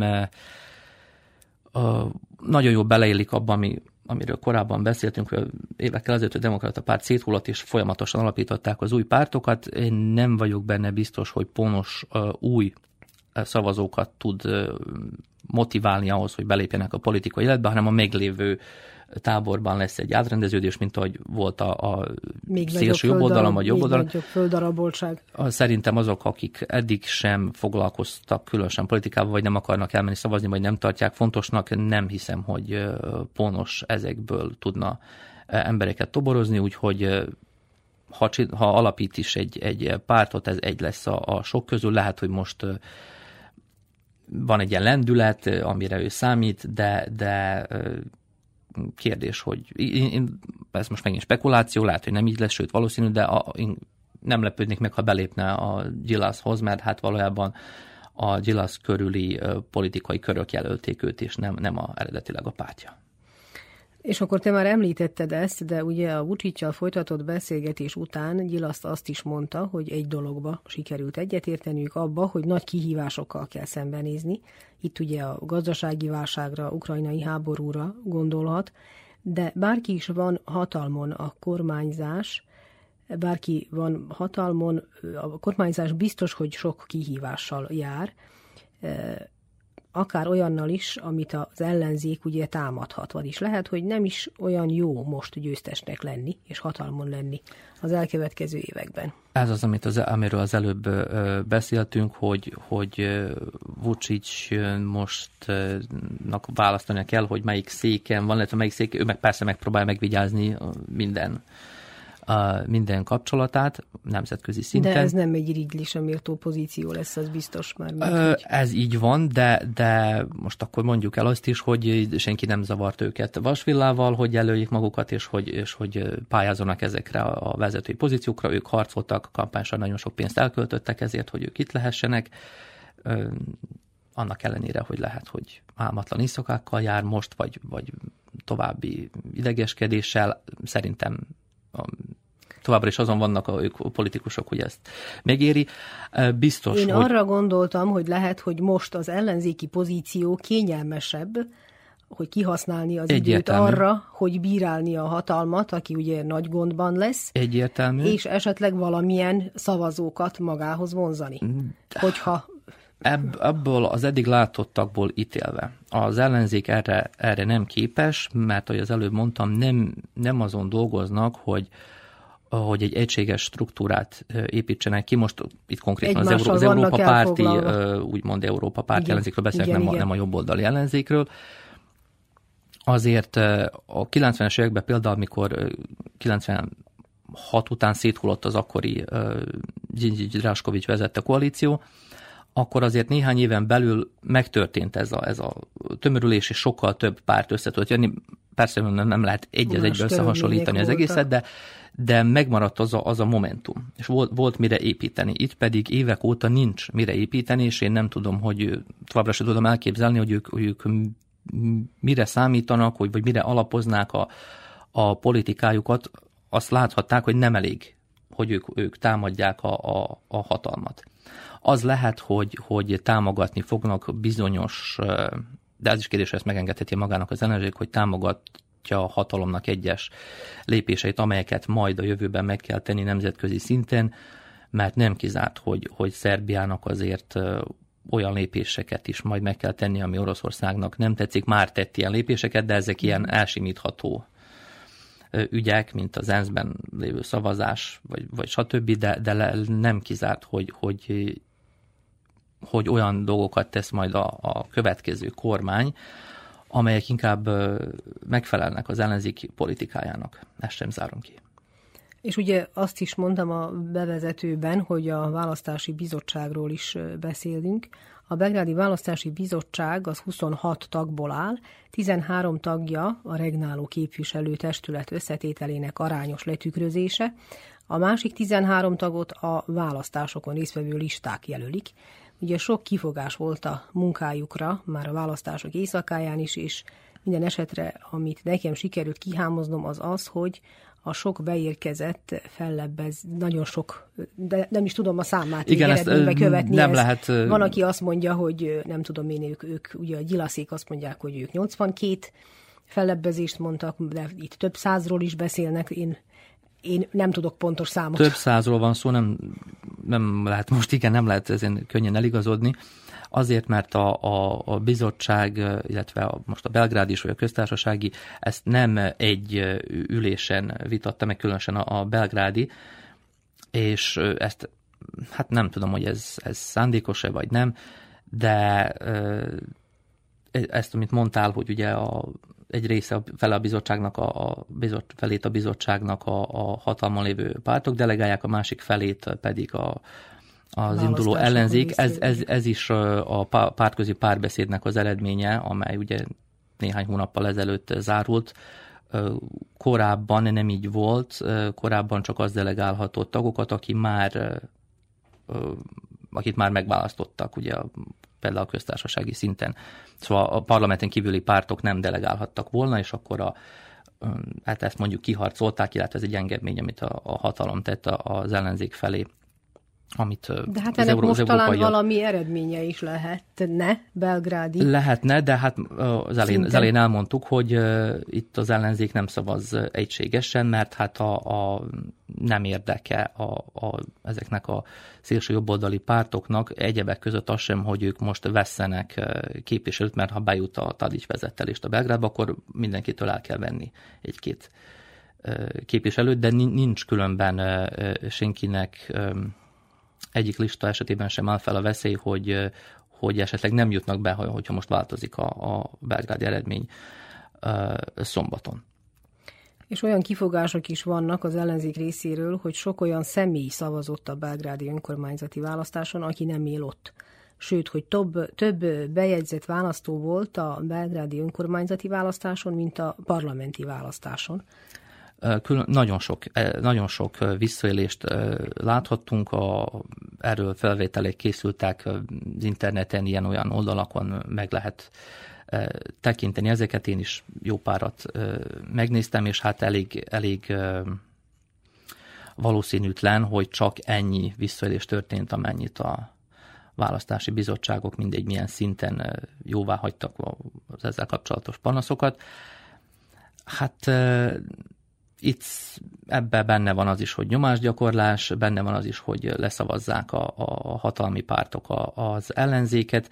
Speaker 5: nagyon jól beleillik abban, amiről korábban beszéltünk, hogy évekkel ezelőtt a Demokrata Párt széthullott, és folyamatosan alapították az új pártokat. Én nem vagyok benne biztos, hogy Ponos új szavazókat tud motiválni ahhoz, hogy belépjenek a politikai életbe, hanem a meglévő táborban lesz egy átrendeződés, mint ahogy volt a szélső jobb oldalon, vagy jobb oldalon.
Speaker 4: Földaraboltság.
Speaker 5: Szerintem azok, akik eddig sem foglalkoztak különösen politikával, vagy nem akarnak elmenni szavazni, vagy nem tartják fontosnak, nem hiszem, hogy Ponos ezekből tudna embereket toborozni, úgyhogy ha alapít is egy pártot, ez egy lesz a sok közül. Lehet, hogy most van egy ilyen lendület, amire ő számít, de kérdés, hogy ez most megint spekuláció, lehet, hogy nem így lesz, sőt valószínű, de én nem lepődnék meg, ha belépne a Gilashoz, mert hát valójában a Gilas körüli politikai körök jelölték őt, és nem eredetileg a pártja.
Speaker 4: És akkor te már említetted ezt, de ugye a Vučićsal folytatott beszélgetés után Gilas azt is mondta, hogy egy dologba sikerült egyetérteniük, abba, hogy nagy kihívásokkal kell szembenézni. Itt ugye a gazdasági válságra, ukrajnai háborúra gondolhat, de bárki is van hatalmon, a kormányzás biztos, hogy sok kihívással jár, akár olyannal is, amit az ellenzék ugye támadhat, vagyis lehet, hogy nem is olyan jó most győztesnek lenni, és hatalmon lenni az elkövetkező években.
Speaker 5: Ez az, amiről az előbb beszéltünk, hogy Vučić mostnak választania kell, hogy melyik széken van, illetve melyik széken, ő meg persze megpróbál megvigyázni minden kapcsolatát nemzetközi szinten.
Speaker 4: De ez nem egy irigylésre méltó pozíció lesz, az biztos már.
Speaker 5: Ez így van, de most akkor mondjuk el azt is, hogy senki nem zavart őket vasvillával, hogy jelöljék magukat, és hogy pályázzanak ezekre a vezetői pozíciókra. Ők harcoltak, kampányra nagyon sok pénzt elköltöttek ezért, hogy ők itt lehessenek. Annak ellenére, hogy lehet, hogy álmatlan éjszakákkal jár most, vagy további idegeskedéssel, szerintem továbbra is azon vannak ők politikusok, hogy ezt megéri. Biztos,
Speaker 4: Én arra gondoltam, hogy lehet, hogy most az ellenzéki pozíció kényelmesebb, hogy kihasználni az időt arra, hogy bírálni a hatalmat, aki ugye nagy gondban lesz.
Speaker 5: Egyértelmű.
Speaker 4: És esetleg valamilyen szavazókat magához vonzani. Hogyha
Speaker 5: Ebből az eddig látottakból ítélve. Az ellenzék erre nem képes, mert ahogy az előbb mondtam, nem azon dolgoznak, hogy egy egységes struktúrát építsenek ki. Most itt konkrétan az Európa Párti, úgymond Európa Párti ellenzékről beszélek, nem a jobboldali ellenzékről. Azért a 90-es években például, amikor 96 után széthullott az akkori Gyingyis Dráskovics vezette koalíció, akkor azért néhány éven belül megtörtént ez a tömörülés, és sokkal több párt össze tudott jönni. Persze nem lehet egy az egybe összehasonlítani az egészet, de megmaradt az a momentum, és volt mire építeni. Itt pedig évek óta nincs mire építeni, és én nem tudom, hogy továbbra sem tudom elképzelni, hogy ők mire számítanak, vagy mire alapoznák a politikájukat. Azt láthatták, hogy nem elég, hogy ők támadják a hatalmat. Az lehet, hogy támogatni fognak bizonyos, de ez is kérdés, hogy ezt megengedheti magának az ellenzék, hogy támogatja a hatalomnak egyes lépéseit, amelyeket majd a jövőben meg kell tenni nemzetközi szinten, mert nem kizárt, hogy Szerbiának azért olyan lépéseket is majd meg kell tenni, ami Oroszországnak nem tetszik. Már tett ilyen lépéseket, de ezek ilyen elsimítható ügyek, mint az ENSZ-ben lévő szavazás, vagy stb., de nem kizárt, hogy olyan dolgokat tesz majd a következő kormány, amelyek inkább megfelelnek az ellenzéki politikájának. Ezt sem zárom ki.
Speaker 4: És ugye azt is mondtam a bevezetőben, hogy a választási bizottságról is beszélünk. A Belgrádi Választási Bizottság az 26 tagból áll, 13 tagja a regnáló képviselőtestület összetételének arányos letükrözése, a másik 13 tagot a választásokon résztvevő listák jelölik. Ugye sok kifogás volt a munkájukra, már a választások éjszakáján is, és minden esetre, amit nekem sikerült kihámoznom, az, hogy a sok beérkezett fellebbez, nagyon sok, de nem is tudom a számát eredménybe követni.
Speaker 5: Nem lehet...
Speaker 4: Van, aki azt mondja, hogy nem tudom én, ők ugye a Gyilaszék azt mondják, hogy ők 82 fellebbezést mondtak, de itt több százról is beszélnek, én nem tudok pontos számot.
Speaker 5: Több százról van szó, nem lehet most, nem lehet ezen könnyen eligazodni. Azért, mert a bizottság, illetve most a belgrádi és a köztársasági ezt nem egy ülésen vitatta meg, különösen a belgrádi, és ezt, hát nem tudom, hogy ez szándékos-e vagy nem, de ezt, amit mondtál, hogy ugye egy része fele a bizottságnak, felét a bizottságnak a hatalmon lévő pártok delegálják, a másik felét pedig az induló ellenzék. Ez is a pártközi párbeszédnek az eredménye, amely ugye néhány hónappal ezelőtt zárult. Korábban nem így volt, korábban csak az delegálhatott tagokat, akit már megválasztottak, ugye például a köztársasági szinten. Szóval a parlamenten kívüli pártok nem delegálhattak volna, és akkor hát ezt mondjuk kiharcolták, illetve ez egy engedmény, amit a hatalom tett az ellenzék felé.
Speaker 4: De hát ennek most talán valami eredménye is lehetne, belgrádi.
Speaker 5: Lehetne, de hát az elején elmondtuk, hogy itt az ellenzék nem szavaz egységesen, mert hát nem érdeke ezeknek a szélső jobboldali pártoknak egyebek között az sem, hogy ők most vesszenek képviselőt, mert ha bejut a Tadić vezettelést a Belgrádba, akkor mindenkitől el kell venni egy-két képviselőt, de nincs különben senkinek egyik lista esetében sem áll fel a veszély, hogy esetleg nem jutnak be, hogyha most változik a belgrádi eredmény szombaton.
Speaker 4: És olyan kifogások is vannak az ellenzék részéről, hogy sok olyan személy szavazott a belgrádi önkormányzati választáson, aki nem él ott. Sőt, hogy több bejegyzett választó volt a belgrádi önkormányzati választáson, mint a parlamenti választáson.
Speaker 5: Nagyon sok visszaélést láthattunk, erről felvételek készültek az interneten, ilyen-olyan oldalakon meg lehet tekinteni ezeket, én is jó párat megnéztem, és hát elég valószínűtlen, hogy csak ennyi visszaélés történt, amennyit a választási bizottságok mindegy milyen szinten jóvá hagytak az ezzel kapcsolatos panaszokat. Hát itt ebben benne van az is, hogy nyomásgyakorlás, benne van az is, hogy leszavazzák a hatalmi pártok az ellenzéket,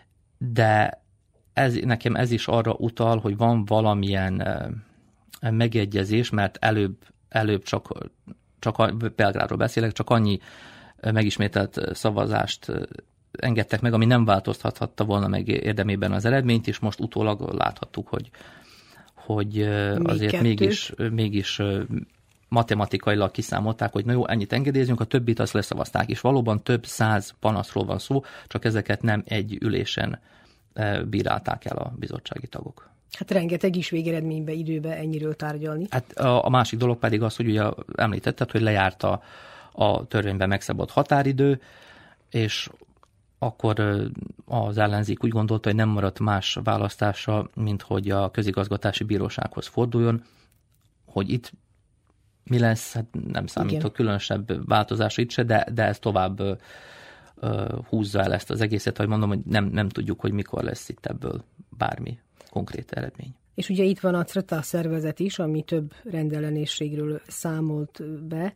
Speaker 5: de nekem ez is arra utal, hogy van valamilyen megegyezés, mert előbb csak Belgrádról beszélek, csak annyi megismételt szavazást engedtek meg, ami nem változtathatta volna meg érdemében az eredményt, és most utólag láthattuk, hogy azért mégis matematikailag kiszámolták, hogy na jó, ennyit engedélyezünk, a többit azt leszavazták, és valóban több 100 panaszról van szó, csak ezeket nem egy ülésen bírálták el a bizottsági tagok.
Speaker 4: Hát rengeteg is végeredményben időben ennyiről tárgyalni.
Speaker 5: Hát a másik dolog pedig az, hogy ugye említetted, hogy lejárt a törvényben megszabott határidő, és akkor az ellenzék úgy gondolta, hogy nem maradt más választása, mint hogy a közigazgatási bírósághoz forduljon, hogy itt mi lesz, hát nem számítok különösebb változásra itt se, de ez tovább húzza el ezt az egészet, hogy mondom, hogy nem tudjuk, hogy mikor lesz itt ebből bármi konkrét eredmény.
Speaker 4: És ugye itt van a CRTA szervezet is, ami több rendellenességről számolt be.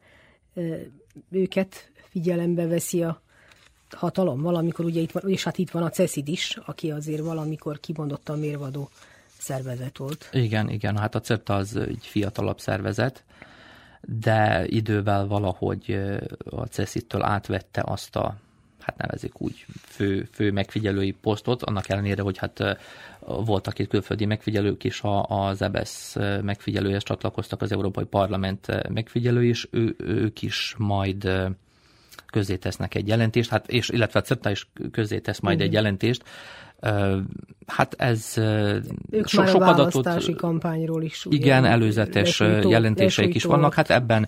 Speaker 4: Őket figyelembe veszi a hatalom valamikor, ugye itt van, és hát itt van a CESID is, aki azért valamikor kimondottan mérvadó szervezet volt.
Speaker 5: Igen, hát a CEPTA az egy fiatalabb szervezet, de idővel valahogy a CESID-től átvette azt a, hát nevezik úgy, fő megfigyelői posztot, annak ellenére, hogy hát voltak itt külföldi megfigyelők is, az EBESZ megfigyelőhez csatlakoztak, az Európai Parlament megfigyelői is, ők is majd közzétesznek egy jelentést, hát illetve a CEPTA is közzétesz majd egy jelentést. Hát ez
Speaker 4: ők sok adatot... választási kampányról is.
Speaker 5: Igen, előzetes jelentéseik is vannak. Hát ebben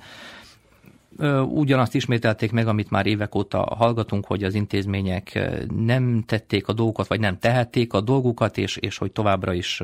Speaker 5: ugyanazt ismételték meg, amit már évek óta hallgatunk, hogy az intézmények nem tették a dolgokat, vagy nem tehették a dolgukat, és hogy továbbra is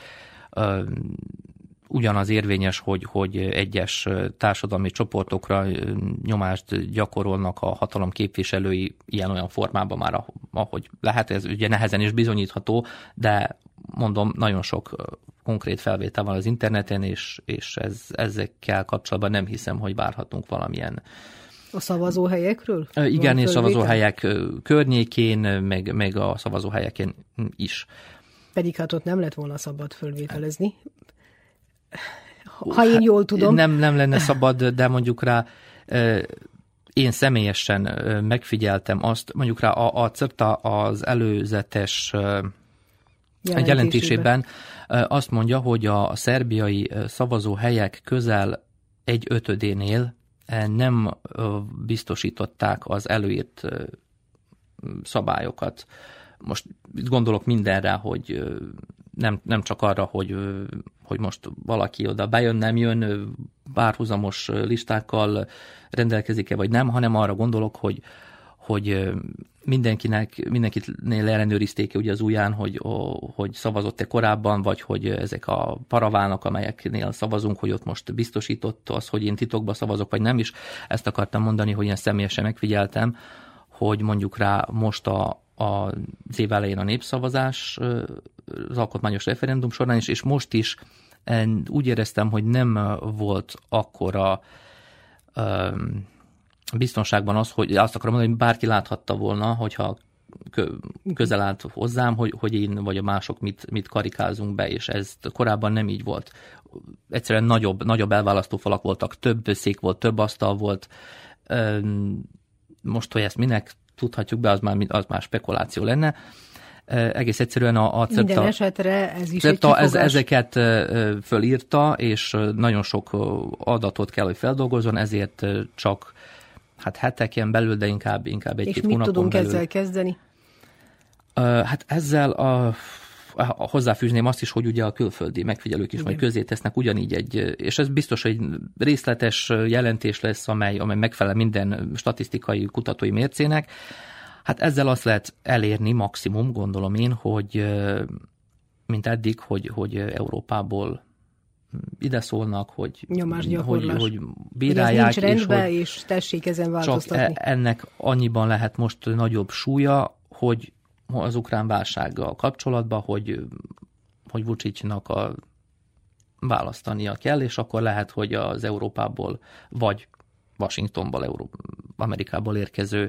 Speaker 5: ugyanaz érvényes, hogy egyes társadalmi csoportokra nyomást gyakorolnak a hatalom képviselői ilyen-olyan formában már, ahogy lehet. Ez ugye nehezen is bizonyítható, de mondom, nagyon sok konkrét felvétel van az interneten, és ezekkel kapcsolatban nem hiszem, hogy várhatunk valamilyen...
Speaker 4: A szavazóhelyekről?
Speaker 5: Igen, és szavazóhelyek környékén, meg a szavazóhelyeken is.
Speaker 4: Pedig hát ott nem lett volna szabad fölvételezni. Ha én jól tudom.
Speaker 5: Nem lenne szabad, de mondjuk rá én személyesen megfigyeltem azt, mondjuk rá a CEPTA az előzetes jelentésében azt mondja, hogy a szerbiai szavazóhelyek közel 1/5-énél nem biztosították az előírt szabályokat. Most gondolok mindenre, hogy nem csak arra, hogy most valaki oda bejön, nem jön, párhuzamos listákkal rendelkezik-e, vagy nem, hanem arra gondolok, hogy mindenkinél ellenőrizték ugye az ujján, hogy szavazott-e korábban, vagy hogy ezek a paravánok, amelyeknél szavazunk, hogy ott most biztosított az, hogy én titokba szavazok, vagy nem is. Ezt akartam mondani, hogy én személyesen megfigyeltem, hogy mondjuk rá most az év elején a népszavazás, az alkotmányos referendum során is, és most is úgy éreztem, hogy nem volt akkora biztonságban az, hogy azt akarom mondani, hogy bárki láthatta volna, hogyha közel állt hozzám, hogy én vagy a mások mit karikázunk be, és ez korábban nem így volt. Egyszerűen nagyobb elválasztófalak voltak, több szék volt, több asztal volt. Most, hogy ezt minek tudhatjuk be, az már spekuláció lenne. Egész egyszerűen a CEPTA...
Speaker 4: Minden esetre ez is egy kifogás.
Speaker 5: Ezeket fölírta, és nagyon sok adatot kell, hogy feldolgozzon, ezért csak heteken belül, de inkább egy-két hónapon belül.
Speaker 4: És mit tudunk ezzel kezdeni?
Speaker 5: Hát ezzel hozzáfűzném azt is, hogy ugye a külföldi megfigyelők is majd közzé tesznek ugyanígy és ez biztos, hogy részletes jelentés lesz, amely megfelel minden statisztikai kutatói mércének. Hát ezzel azt lehet elérni maximum, gondolom én, hogy mint eddig, hogy Európából ide szólnak, hogy
Speaker 4: bírálják,
Speaker 5: és
Speaker 4: rendben, és tessék ezen változtatni.
Speaker 5: Csak ennek annyiban lehet most nagyobb súlya, hogy az ukrán válsággal kapcsolatban, hogy Vučićnak választania kell, és akkor lehet, hogy az Európából, vagy Washingtonból, Amerikából érkező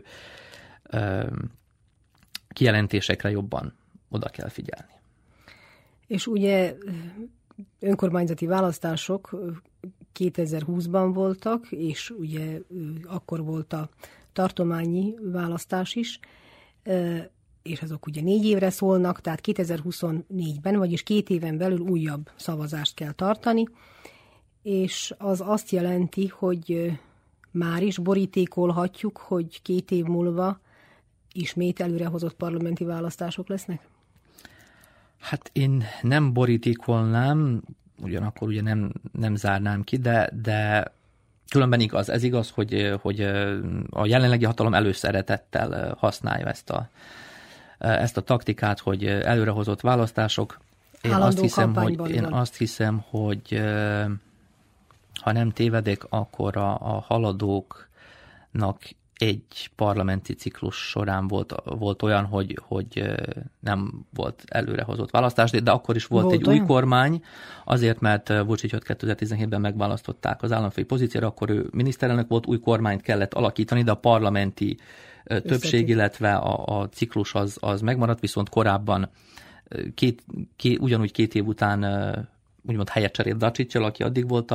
Speaker 5: kijelentésekre jobban oda kell figyelni.
Speaker 4: És ugye önkormányzati választások 2020-ban voltak, és ugye akkor volt a tartományi választás is, és azok ugye 4 évre szólnak, tehát 2024-ben, vagyis 2 éven belül újabb szavazást kell tartani, és az azt jelenti, hogy már is borítékolhatjuk, hogy 2 év múlva ismét előrehozott parlamenti választások lesznek? Hát én
Speaker 5: nem borítékolnám, ugyanakkor ugye nem zárnám ki, de különben igaz. Ez igaz, hogy a jelenlegi hatalom előszeretettel használja ezt a taktikát, hogy előrehozott választások. Én azt hiszem, hogy ha nem tévedek, akkor a haladóknak egy parlamenti ciklus során volt olyan, hogy nem volt előrehozott választás, de akkor is volt egy új kormány, azért, mert Vučićot 2017-ben megválasztották az államfői pozícióra, akkor ő miniszterelnök volt, új kormányt kellett alakítani, de a parlamenti többség, illetve a ciklus az megmaradt, viszont korábban ugyanúgy 2 év után úgymond helyet cserélt Dačićsal, aki addig volt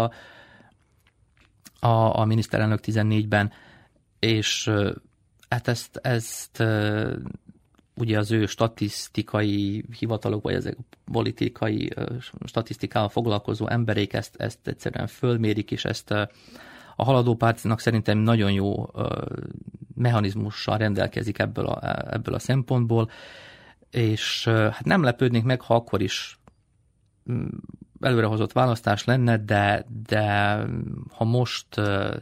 Speaker 5: a miniszterelnök 14-ben, és hát ezt ugye az ő statisztikai hivatalok, vagy ezek politikai statisztikával foglalkozó emberek ezt egyszerűen fölmérik, és ezt a haladó pártnak szerintem nagyon jó mechanizmussal rendelkezik ebből a szempontból, és hát nem lepődnék meg, ha akkor is előrehozott választás lenne, de ha most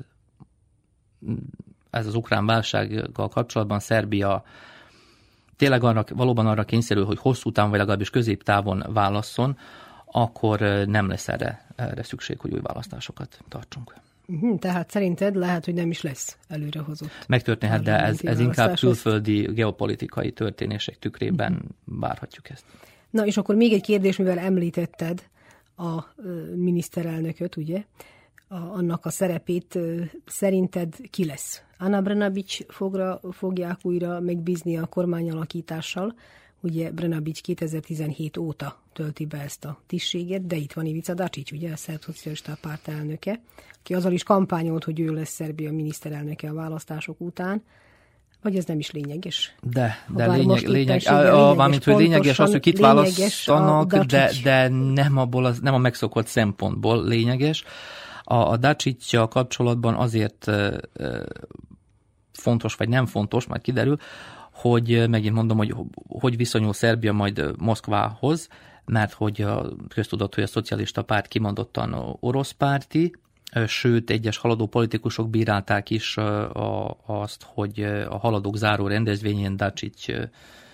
Speaker 5: ez az ukrán válsággal kapcsolatban Szerbia tényleg valóban arra kényszerül, hogy hosszú távon, vagy legalábbis középtávon válasszon, akkor nem lesz erre szükség, hogy új választásosokat tartsunk.
Speaker 4: Tehát szerinted lehet, hogy nem is lesz előrehozott.
Speaker 5: Megtörténhet, de ez inkább külföldi geopolitikai történések tükrében várhatjuk ezt.
Speaker 4: Na és akkor még egy kérdés, mivel említetted a miniszterelnököt, ugye? Annak a szerepét szerinted ki lesz? Ana Brnabić fogják újra megbízni a kormányalakítással. Ugye Brnabić 2017 óta tölti be ezt a tisztséget, de itt van Ivica Dačić, ugye a szerb szocialista párt elnöke, aki azzal is kampányolt, hogy ő lesz Szerbia miniszterelnöke a választások után. Vagy ez nem is lényeges?
Speaker 5: De lényeges az, hogy kit választanak, de nem a megszokott szempontból lényeges. A Dačićsal kapcsolatban azért fontos, vagy nem fontos, majd kiderül, hogy megint mondom, hogy viszonyul Szerbia majd Moszkvához, mert hogy köztudott, hogy a szocialista párt kimondottan orosz párti, sőt, egyes haladó politikusok bírálták is azt, hogy a haladók záró rendezvényén Dačić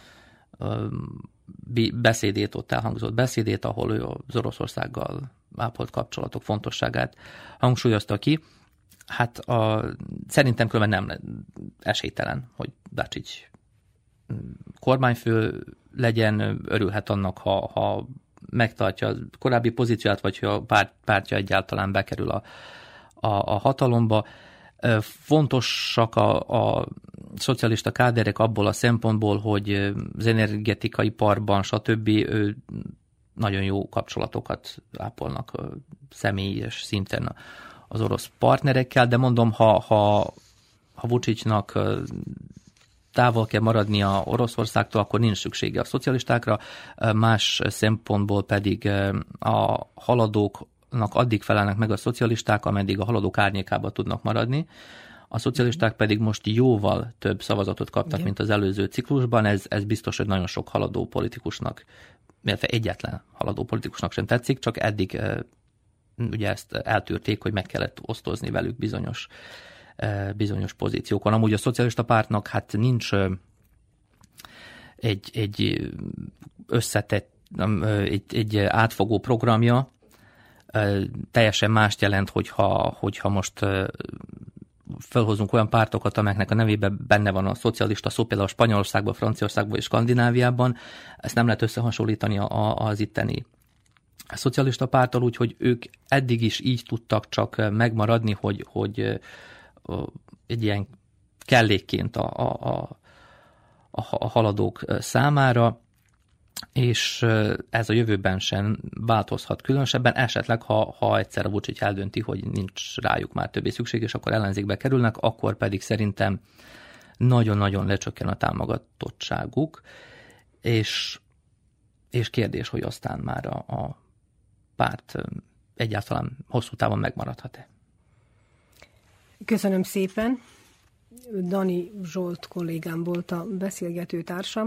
Speaker 5: ott elhangzott beszédét, ahol ő az Oroszországgal ápolt kapcsolatok fontosságát hangsúlyozta ki. Hát szerintem különben nem esélytelen, hogy Dačić kormányfő legyen, örülhet annak, ha megtartja a korábbi pozícióját, vagy hogy a pártja egyáltalán bekerül a hatalomba. Fontosak a szocialista káderek abból a szempontból, hogy az energetikai parban, stb. Nagyon jó kapcsolatokat ápolnak személyes szinten az orosz partnerekkel, de mondom, ha Vučićnak távol kell maradnia Oroszországtól, akkor nincs szüksége a szocialistákra, más szempontból pedig a haladóknak addig felelnek meg a szocialisták, ameddig a haladók árnyékába tudnak maradni. A szocialisták pedig most jóval több szavazatot kaptak, mint az előző ciklusban, ez biztos, hogy nagyon sok haladó politikusnak, illetve egyetlen haladó politikusnak sem tetszik, csak eddig ugye ezt eltűrték, hogy meg kellett osztozni velük bizonyos pozíciókon. Amúgy a szocialista pártnak hát nincs egy összetett, egy átfogó programja, teljesen mást jelent, hogyha most felhozunk olyan pártokat, amelyeknek a nevében benne van a szocialista szó, például Spanyolországban, Franciaországban és Skandináviában. Ezt nem lehet összehasonlítani az itteni szocialista párttal, úgyhogy ők eddig is így tudtak csak megmaradni, hogy egy ilyen kellékként a haladók számára, és ez a jövőben sem változhat különösebben, esetleg ha egyszer a Vučić eldönti, hogy nincs rájuk már többé szükség, és akkor ellenzékbe kerülnek, akkor pedig szerintem nagyon-nagyon lecsökken a támogatottságuk, és kérdés, hogy aztán már a párt egyáltalán hosszú távon megmaradhat-e.
Speaker 4: Köszönöm szépen. Dani Zsolt kollégám volt a beszélgető társam.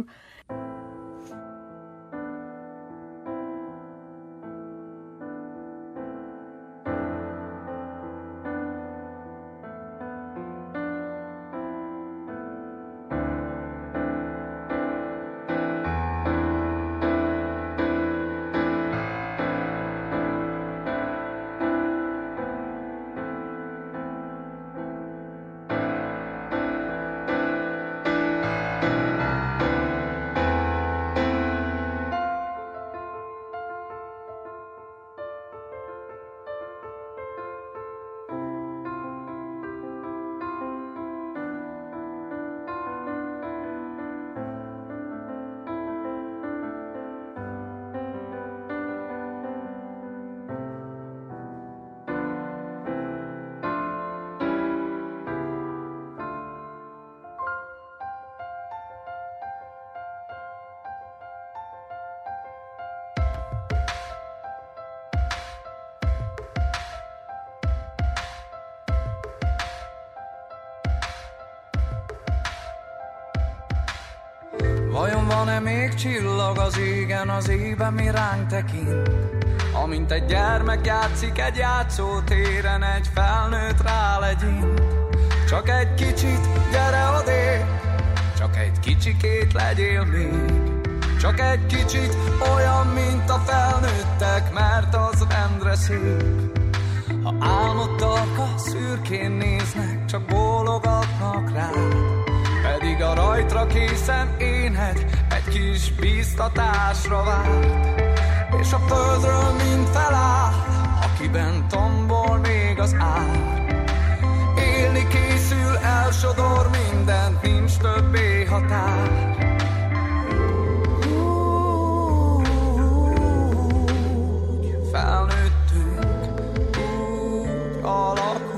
Speaker 3: Vajon van-e még csillag az égen, az ében mi ránk tekint? Amint egy gyermek játszik egy játszótéren, egy felnőtt rálegyint. Csak egy kicsit, gyere odébb, csak egy kicsikét legyél még. Csak egy kicsit olyan, mint a felnőttek, mert az rendre szép. Ha álmodtak, a szürkén néznek, csak bólogatnak rád. Pedig a rajtra készen ének egy kis bíztatásra várt. És a földről mind feláll, akiben tombol még az ár. Élni készül, elsodor mindent, nincs többé határ. Úgy felnőttünk, úgy alakult.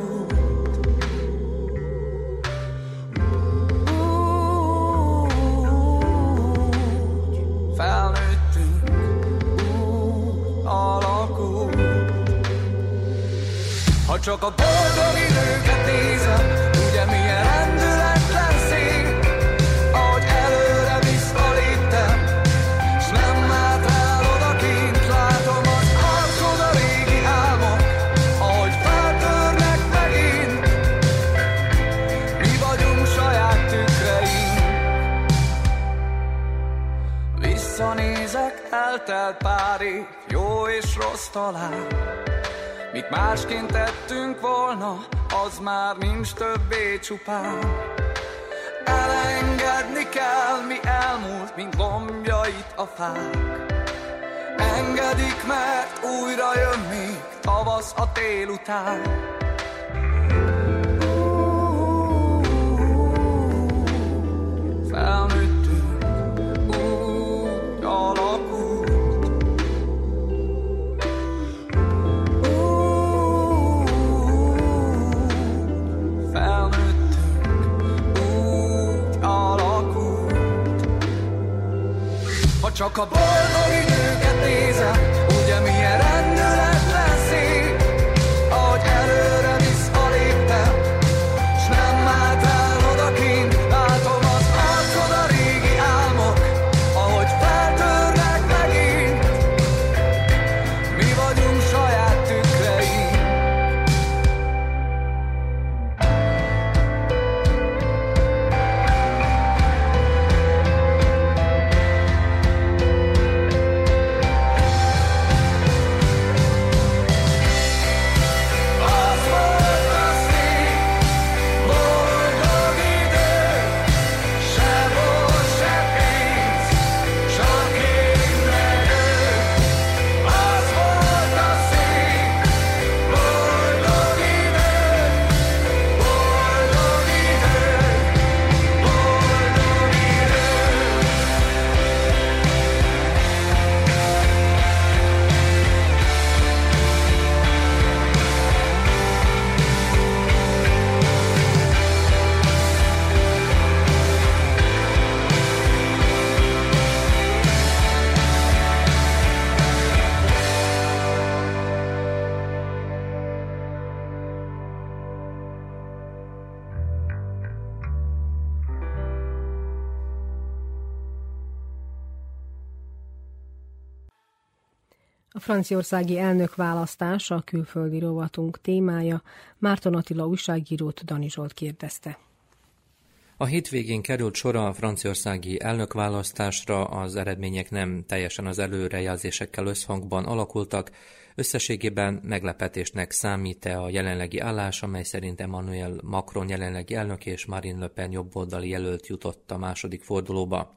Speaker 3: Ha csak a boldog időket nézem, ugye milyen rendületlen szép, ahogy előre visszaléptem, s nem hátrál odakint, látom az arcod a régi álmok, ahogy feltörnek megint. Mi vagyunk saját tükreink. Visszanézek, eltelt pár év, jó és rossz talán. Mit másként tettünk volna, az már nincs többé csupán. Elengedni kell, mi elmúlt, mint lombjait a fák. Engedik, mert újra jön még tavasz a tél után. Felnőttünk, úgy alakult. Ha csak a boldog időket nézem, ugye milyen rendületlen szép, ahogy előre visszaléptem, s nem hátrál odakint, látom az arcod a régi álmok, ahogy feltörnek megint. Mi vagyunk saját tükreink.
Speaker 4: A franciaországi elnökválasztás a külföldi rovatunk témája. Márton Attila újságírót Dani Zsolt kérdezte.
Speaker 2: A hétvégén került sor a franciaországi elnökválasztásra, az eredmények nem teljesen az előrejelzésekkel összhangban alakultak. Összességében meglepetésnek számít-e a jelenlegi állás, amely szerint Emmanuel Macron jelenlegi elnök és Marine Le Pen jobboldali jelölt jutott a második fordulóba?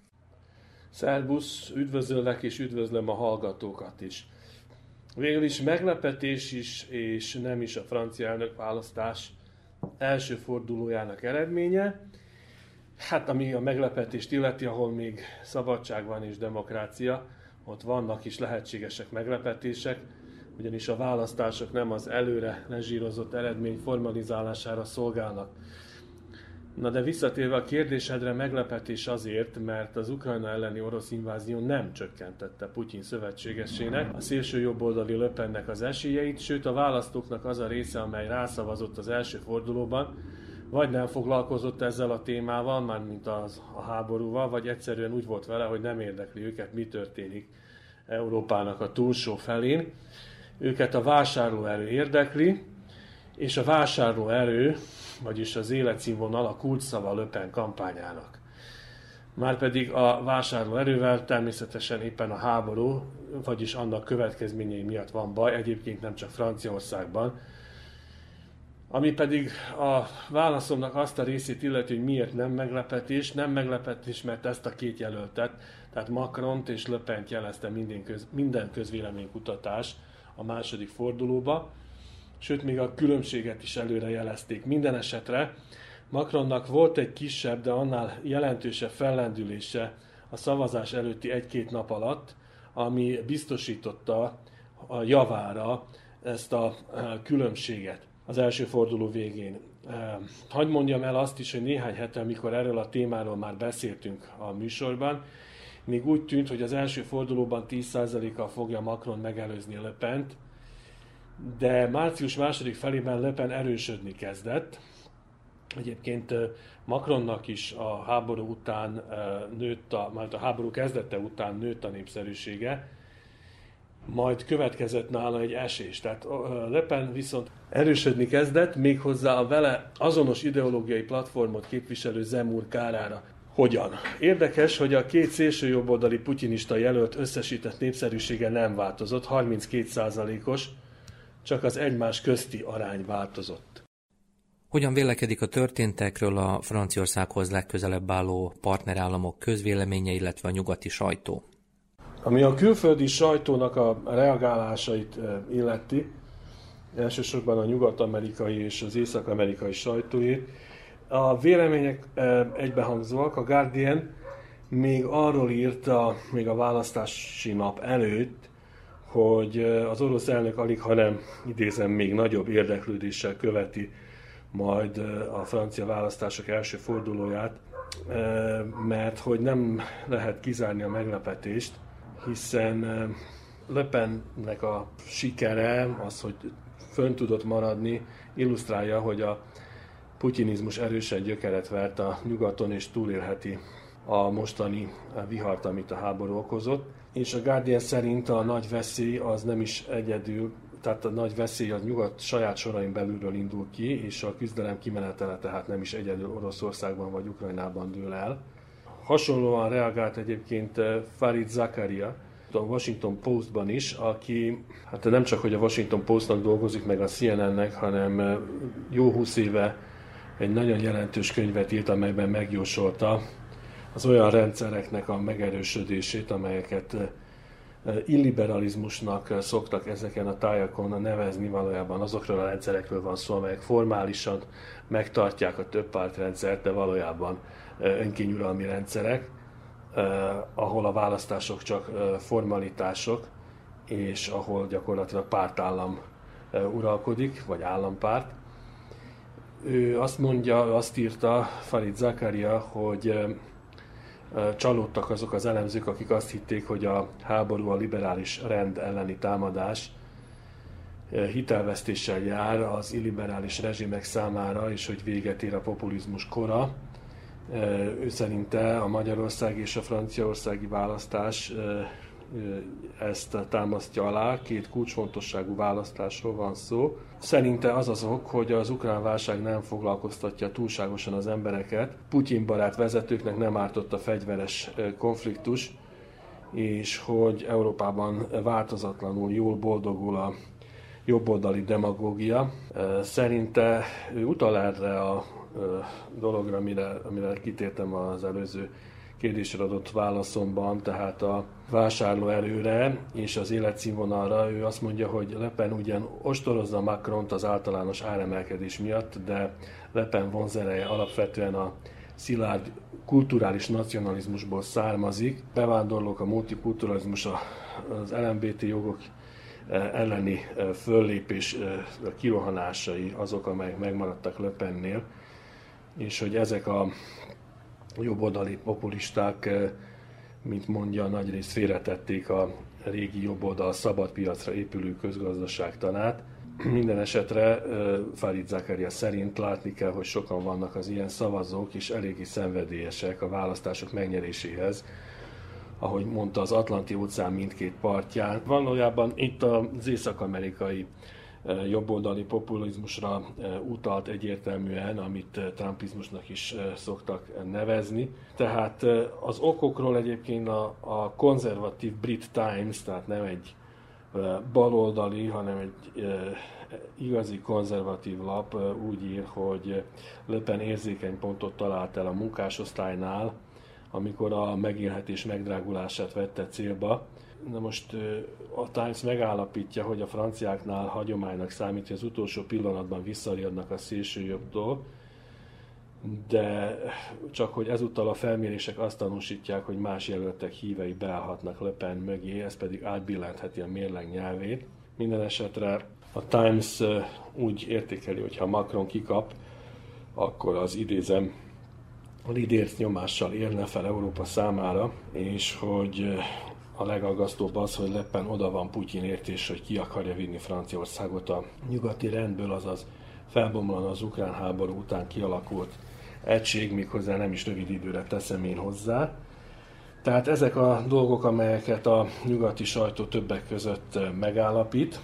Speaker 6: Szerbusz, üdvözöllek és üdvözlöm a hallgatókat is. Végül is meglepetés is, és nem is a francia elnökválasztás első fordulójának eredménye. Hát ami a meglepetést illeti, ahol még szabadság van és demokrácia, ott vannak is lehetségesek meglepetések, ugyanis a választások nem az előre lezsírozott eredmény formalizálására szolgálnak. Na de visszatérve a kérdésedre, meglepetés azért, mert az Ukrajna elleni orosz invázió nem csökkentette Putyin szövetségesének a szélső jobboldali Le Pennek az esélyeit, sőt a választóknak az a része, amely rászavazott az első fordulóban, vagy nem foglalkozott ezzel a témával, mármint a háborúval, vagy egyszerűen úgy volt vele, hogy nem érdekli őket, mi történik Európának a túlsó felén. Őket a vásárlóerő érdekli, és a vásárlóerő, vagyis az életszínvonal a kulcsszava Le Pen kampányának. Márpedig a vásárlóerővel természetesen éppen a háború, vagyis annak következményei miatt van baj, egyébként nem csak Franciaországban. Ami pedig a válaszomnak azt a részét illeti, hogy miért nem meglepetés. Nem meglepetés, mert ezt a két jelöltet, tehát Macront és Le Pent jelezte minden közvéleménykutatás a második fordulóba. Sőt, még a különbséget is előre jelezték. Minden esetre Macronnak volt egy kisebb, de annál jelentősebb fellendülése a szavazás előtti 1-2 nap alatt, ami biztosította a javára ezt a különbséget az első forduló végén. Hadd mondjam el azt is, hogy néhány hete, amikor erről a témáról már beszéltünk a műsorban, még úgy tűnt, hogy az első fordulóban 10%-kal fogja Macron megelőzni Le Pent, de március második felében Le Pen erősödni kezdett. Egyébként Macronnak is a háború után a háború kezdete után nőtt a népszerűsége, majd következett nála egy esés. Tehát Le Pen viszont erősödni kezdett, méghozzá a vele azonos ideológiai platformot képviselő Zemmour kárára. Hogyan? Érdekes, hogy a két szélsőjobboldali putyinista jelölt összesített népszerűsége nem változott, 32%-os, csak az egymás közti arány változott.
Speaker 2: Hogyan vélekedik a történtekről a Franciaországhoz legközelebb álló partnerállamok közvéleménye, illetve a nyugati sajtó?
Speaker 6: Ami a külföldi sajtónak a reagálásait illeti, elsősorban a nyugat-amerikai és az észak-amerikai sajtóit, a vélemények egybehangzóak. A Guardian még arról írta, még a választási nap előtt, hogy az orosz elnök alig, hanem idézem, még nagyobb érdeklődéssel követi majd a francia választások első fordulóját, mert hogy nem lehet kizárni a meglepetést, hiszen Le Pennek a sikere, az, hogy fönn tudott maradni, illusztrálja, hogy a putyinizmus erősen gyökeret vert a nyugaton, és túlélheti a mostani vihart, amit a háború okozott. És a Guardian szerint a nagy veszély az nem is egyedül, tehát a nagy veszély a nyugat saját sorain belülről indul ki, és a küzdelem kimenetele tehát nem is egyedül Oroszországban vagy Ukrajnában dől el. Hasonlóan reagált egyébként Fareed Zakaria a Washington Postban is, aki hát nem csak hogy a Washington Postnak dolgozik, meg a CNN-nek, hanem jó 20 éve egy nagyon jelentős könyvet írt, amelyben megjósolta az olyan rendszereknek a megerősödését, amelyeket illiberalizmusnak szoktak ezeken a tájakon nevezni, valójában azokról a rendszerekről van szó, amelyek formálisan megtartják a többpártrendszert, de valójában önkényuralmi rendszerek, ahol a választások csak formalitások, és ahol gyakorlatilag pártállam uralkodik, vagy állampárt. Ő azt írta, Fareed Zakaria, hogy csalódtak azok az elemzők, akik azt hitték, hogy a háború, a liberális rend elleni támadás hitelvesztéssel jár az illiberális rezsimek számára, és hogy véget ér a populizmus kora. Ő szerinte a magyarországi és a franciaországi választás ezt támasztja alá, 2 kulcsfontosságú választásról van szó. Szerinte az az ok, hogy az ukrán válság nem foglalkoztatja túlságosan az embereket, Putyin barát vezetőknek nem ártott a fegyveres konfliktus, és hogy Európában változatlanul jól boldogul a jobboldali demagógia. Szerinte ő utal erre a dologra, amire kitértem az előző kérdésre adott válaszomban, tehát a vásárlóerőre és az életszínvonalra. Ő azt mondja, hogy Le Pen ugyan ostorozza Macront az általános áremelkedés miatt, de Le Pen vonzereje alapvetően a szilárd kulturális nacionalizmusból származik. Bevándorlók, a multikulturalizmus, az LMBT jogok elleni föllépés kirohanásai azok, amelyek megmaradtak Le Pennél, és hogy ezek a jobboldali populisták, mint mondja, nagyrészt félretették a régi jobboldal szabad piacra épülő közgazdaságtanát. Minden esetre Farid Zakaria szerint látni kell, hogy sokan vannak az ilyen szavazók, és eléggé szenvedélyesek a választások megnyeréséhez, ahogy mondta, az Atlanti-óceán mindkét partján. Valójában itt az észak-amerikai jobboldali populizmusra utalt egyértelműen, amit trumpizmusnak is szoktak nevezni. Tehát az okokról egyébként a konzervatív Brit Times, tehát nem egy baloldali, hanem egy igazi konzervatív lap úgy ír, hogy Le Pen érzékeny pontot talált el a munkásosztálynál, amikor a megélhetés megdrágulását vette célba. Na most a Times megállapítja, hogy a franciáknál hagyománynak számít, hogy az utolsó pillanatban visszariadnak a szélsőjobbtól, de csak hogy ezúttal a felmérések azt tanúsítják, hogy más jelöltek hívei beállhatnak Le Pen mögé, ez pedig átbillentheti a mérleg nyelvét. Minden esetre a Times úgy értékeli, hogy ha Macron kikap, akkor az idézem, a lidérc nyomással érne fel Európa számára, és hogy a legaggasztóbb az, hogy Le Pen oda van Putyinért, és hogy ki akarja vinni Franciaországot a nyugati rendből, azaz felbomlan az ukrán háború után kialakult egység, méghozzá nem is rövid időre teszem én hozzá. Tehát ezek a dolgok, amelyeket a nyugati sajtó többek között megállapít.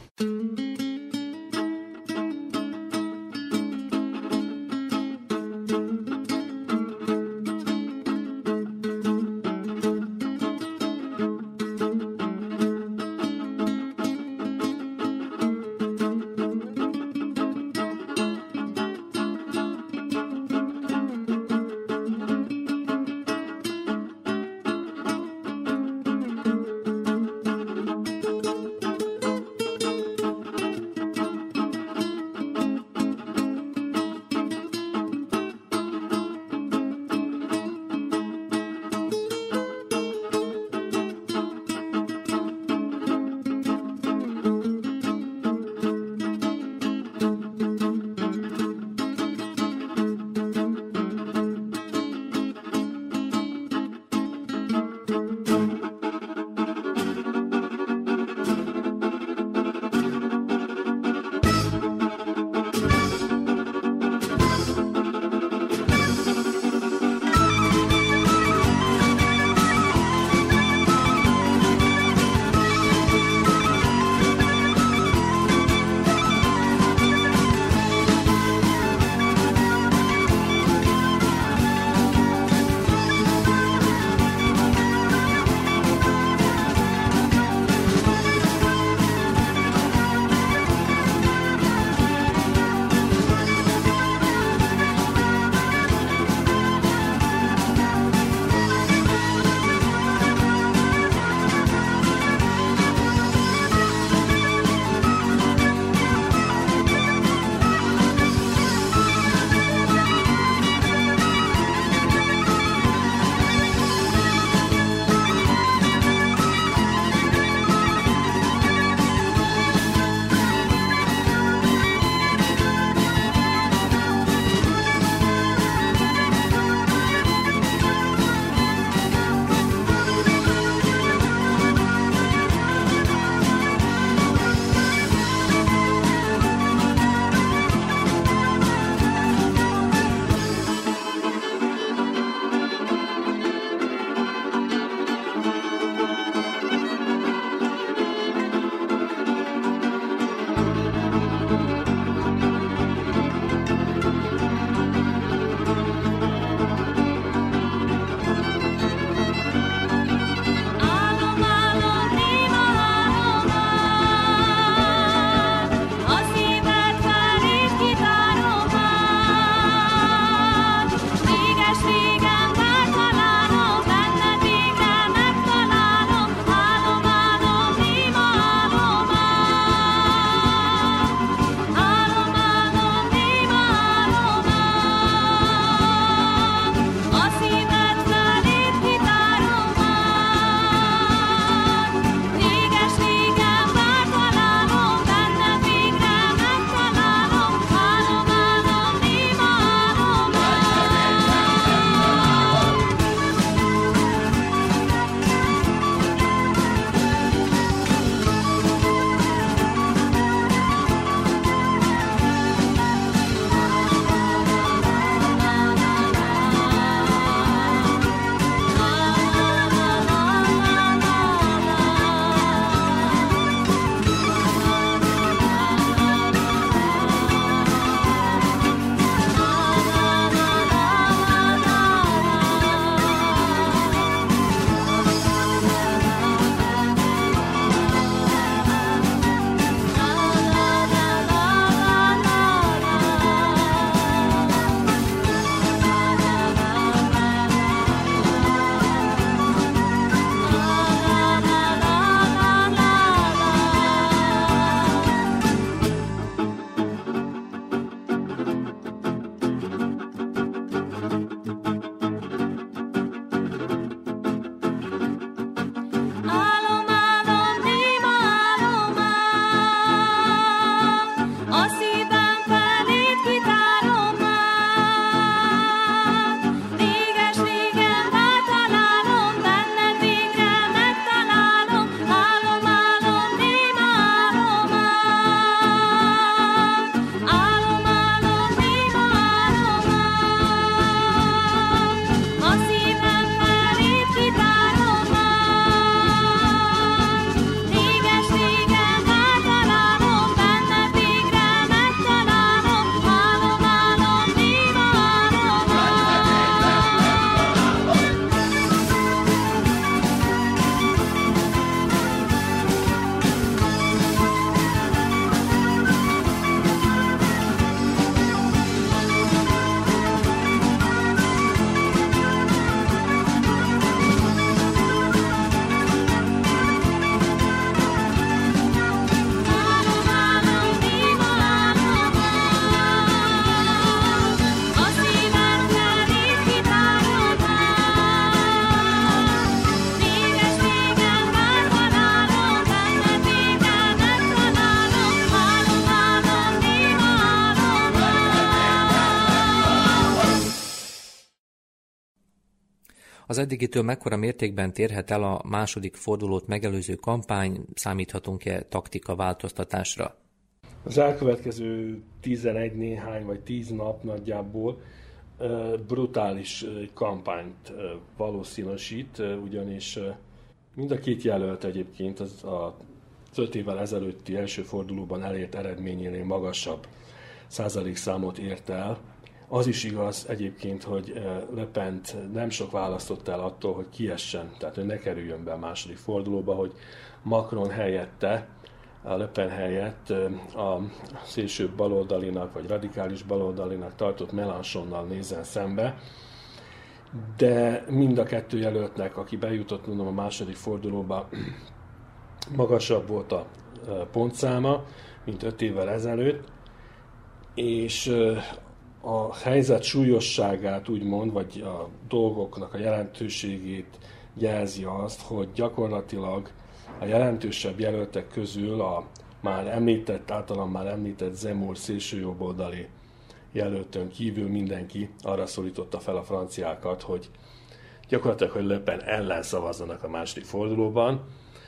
Speaker 2: Az eddigitől mekkora mértékben térhet el a második fordulót megelőző kampány, számíthatunk-e taktika változtatásra?
Speaker 6: Az elkövetkező 11 néhány vagy 10 nap nagyjából brutális kampányt valószínűsít, ugyanis mind a két jelölt egyébként az 5 évvel ezelőtti első fordulóban elért eredményénél magasabb százalékszámot ért el. Az is igaz egyébként, hogy Le Pent nem sok választott el attól, hogy kiessen, tehát hogy ne kerüljön be a második fordulóba, hogy Macron helyette, a Le Pen helyett a szélső baloldalinak vagy radikális baloldalinak tartott Mélenchonnal nézzen szembe. De mind a kettő jelöltnek, aki bejutott mondom, a második fordulóba, magasabb volt a pontszáma, mint 5 évvel ezelőtt, és a helyzet súlyosságát úgymond, vagy a dolgoknak a jelentőségét jelzi azt, hogy gyakorlatilag a jelentősebb jelöltek közül a általam már említett Zemmour szélsőjobboldali jelöltön kívül mindenki arra szólította fel a franciákat, hogy gyakorlatilag, hogy Le Pen ellen szavazzanak a második fordulóban,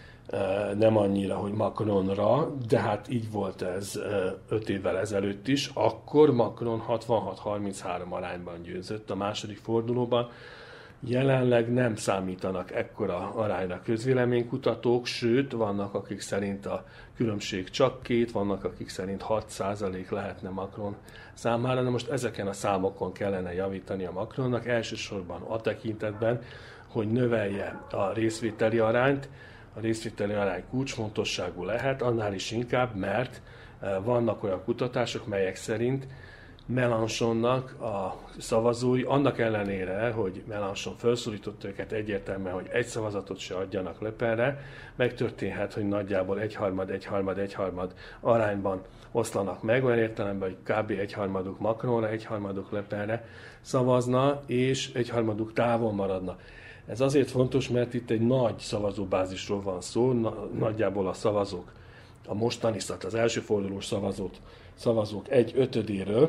Speaker 6: nem annyira, hogy Macronra, de hát így volt ez 5 évvel ezelőtt is. Akkor Macron 66-33 arányban győzött a második fordulóban. Jelenleg nem számítanak ekkora arányra közvéleménykutatók, sőt, vannak akik szerint a különbség csak 2, vannak akik szerint 6% lehetne Macron számára. De most ezeken a számokon kellene javítani a Macronnak, elsősorban a tekintetben, hogy növelje a részvételi arányt. A részvételi arány kulcsfontosságú lehet, annál is inkább, mert vannak olyan kutatások, melyek szerint Mélenchonnak a szavazói, annak ellenére, hogy Mélenchon felszólította őket egyértelműen, hogy egy szavazatot se adjanak Le Penre, megtörténhet, hogy nagyjából egyharmad arányban oszlanak meg, olyan értelemben, hogy kb. Egyharmaduk Macronra, egyharmaduk Le Penre szavazna, és egyharmaduk távol maradna. Ez azért fontos, mert itt egy nagy szavazóbázisról van szó, nagyjából a szavazók, a mostani, az első fordulós szavazók 1/5-éről,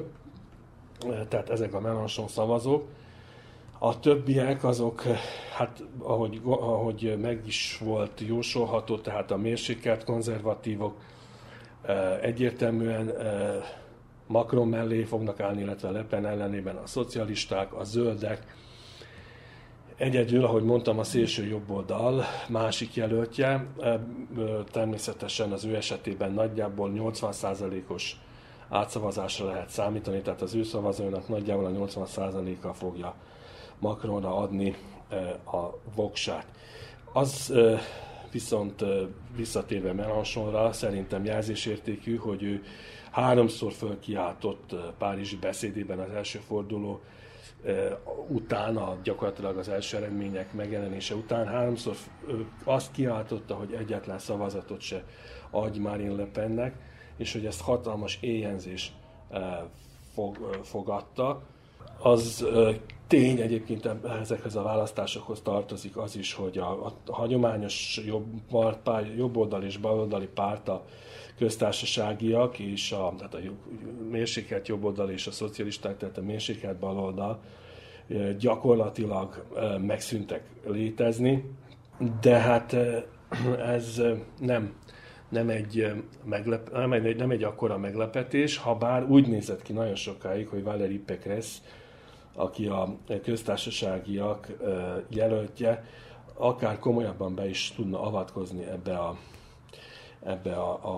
Speaker 6: tehát ezek a Mélenchon szavazók. A többiek azok, hát ahogy meg is volt jósolható, tehát a mérsékelt konzervatívok egyértelműen Macron mellé fognak állni, illetve Le Pen ellenében a szocialisták, a zöldek. Egyedül, ahogy mondtam, a szélső jobboldal másik jelöltje, természetesen az ő esetében nagyjából 80%-os átszavazásra lehet számítani, tehát az ő szavazóinak nagyjából a 80%-a fogja Macronra adni a voksát. Az viszont visszatérve Mélenchonra szerintem jelzésértékű, hogy ő 3-szor fölkiáltott párizsi beszédében az első forduló után, gyakorlatilag az első eredmények megjelenése után 3-szor azt kiáltotta, hogy egyetlen szavazatot se adj Marine Le Pennek, és hogy ezt hatalmas éjjenzés fogadta. Az tény egyébként ezekhez a választásokhoz tartozik az is, hogy a hagyományos jobboldali és baloldali párt, a köztársaságiak és tehát a mérsékelt jobboldali és a szocialisták, tehát a mérsékelt baloldal gyakorlatilag megszűntek létezni, de hát ez nem egy akkora meglepetés, ha bár úgy nézett ki nagyon sokáig, hogy Valérie Pécresse, aki a köztársaságiak jelöltje, akár komolyabban be is tudna avatkozni ebbe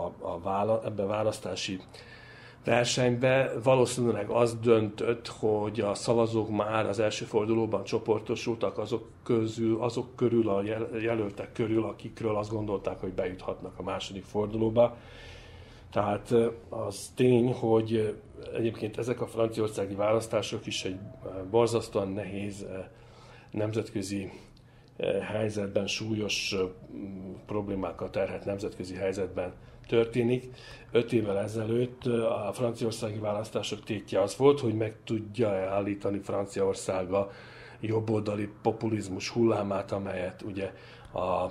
Speaker 6: a választási versenybe. Valószínűleg az döntött, hogy a szavazók már az első fordulóban csoportosultak azok körül, a jelöltek körül, akikről azt gondolták, hogy bejuthatnak a második fordulóba. Tehát az tény, hogy egyébként ezek a franciaországi választások is egy borzasztóan nehéz nemzetközi helyzetben, súlyos problémákkal terhelt nemzetközi helyzetben történik. 5 évvel ezelőtt a franciaországi választások tétje az volt, hogy meg tudja állítani Franciaország a jobboldali populizmus hullámát, amelyet ugye a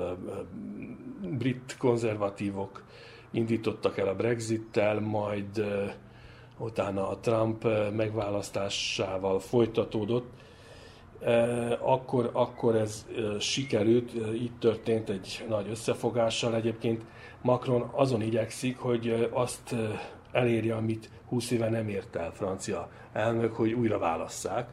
Speaker 6: brit konzervatívok indítottak el a Brexittel, majd utána a Trump megválasztásával folytatódott. akkor ez sikerült, itt történt egy nagy összefogással. Egyébként Macron azon igyekszik, hogy azt elérje, amit 20 éve nem ért el francia elnök, hogy újra válasszák.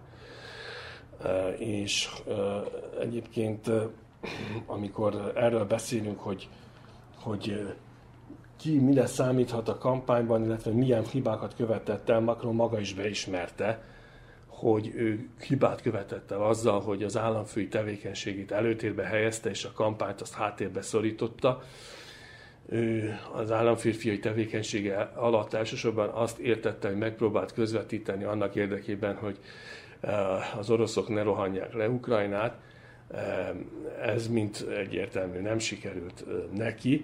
Speaker 6: És egyébként, amikor erről beszélünk, hogy ki mire számíthat a kampányban, illetve milyen hibákat követett el, Macron maga is beismerte, hogy ő hibát követett el azzal, hogy az államfői tevékenységét előtérbe helyezte, és a kampányt azt háttérbe szorította. Ő az államférfiai tevékenysége alatt elsősorban azt értette, hogy megpróbált közvetíteni annak érdekében, hogy az oroszok ne rohanják le Ukrajnát. Ez mint egyértelmű nem sikerült neki.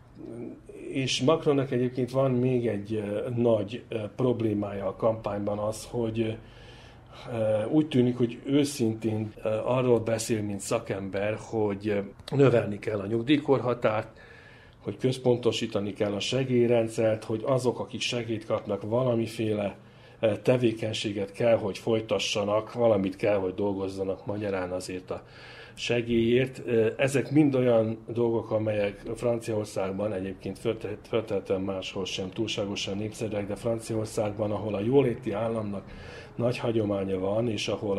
Speaker 6: És Macronnak egyébként van még egy nagy problémája a kampányban az, hogy úgy tűnik, hogy őszintén arról beszél, mint szakember, hogy növelni kell a nyugdíjkorhatárt, hogy központosítani kell a segélyrendszert, hogy azok, akik segélyt kapnak, valamiféle tevékenységet kell, hogy folytassanak, valamit kell, hogy dolgozzanak magyarán azért a segélyért. Ezek mind olyan dolgok, amelyek Franciaországban, egyébként feltétlenül máshol sem túlságosan népszerűek, de Franciaországban, ahol a jóléti államnak nagy hagyománya van, és ahol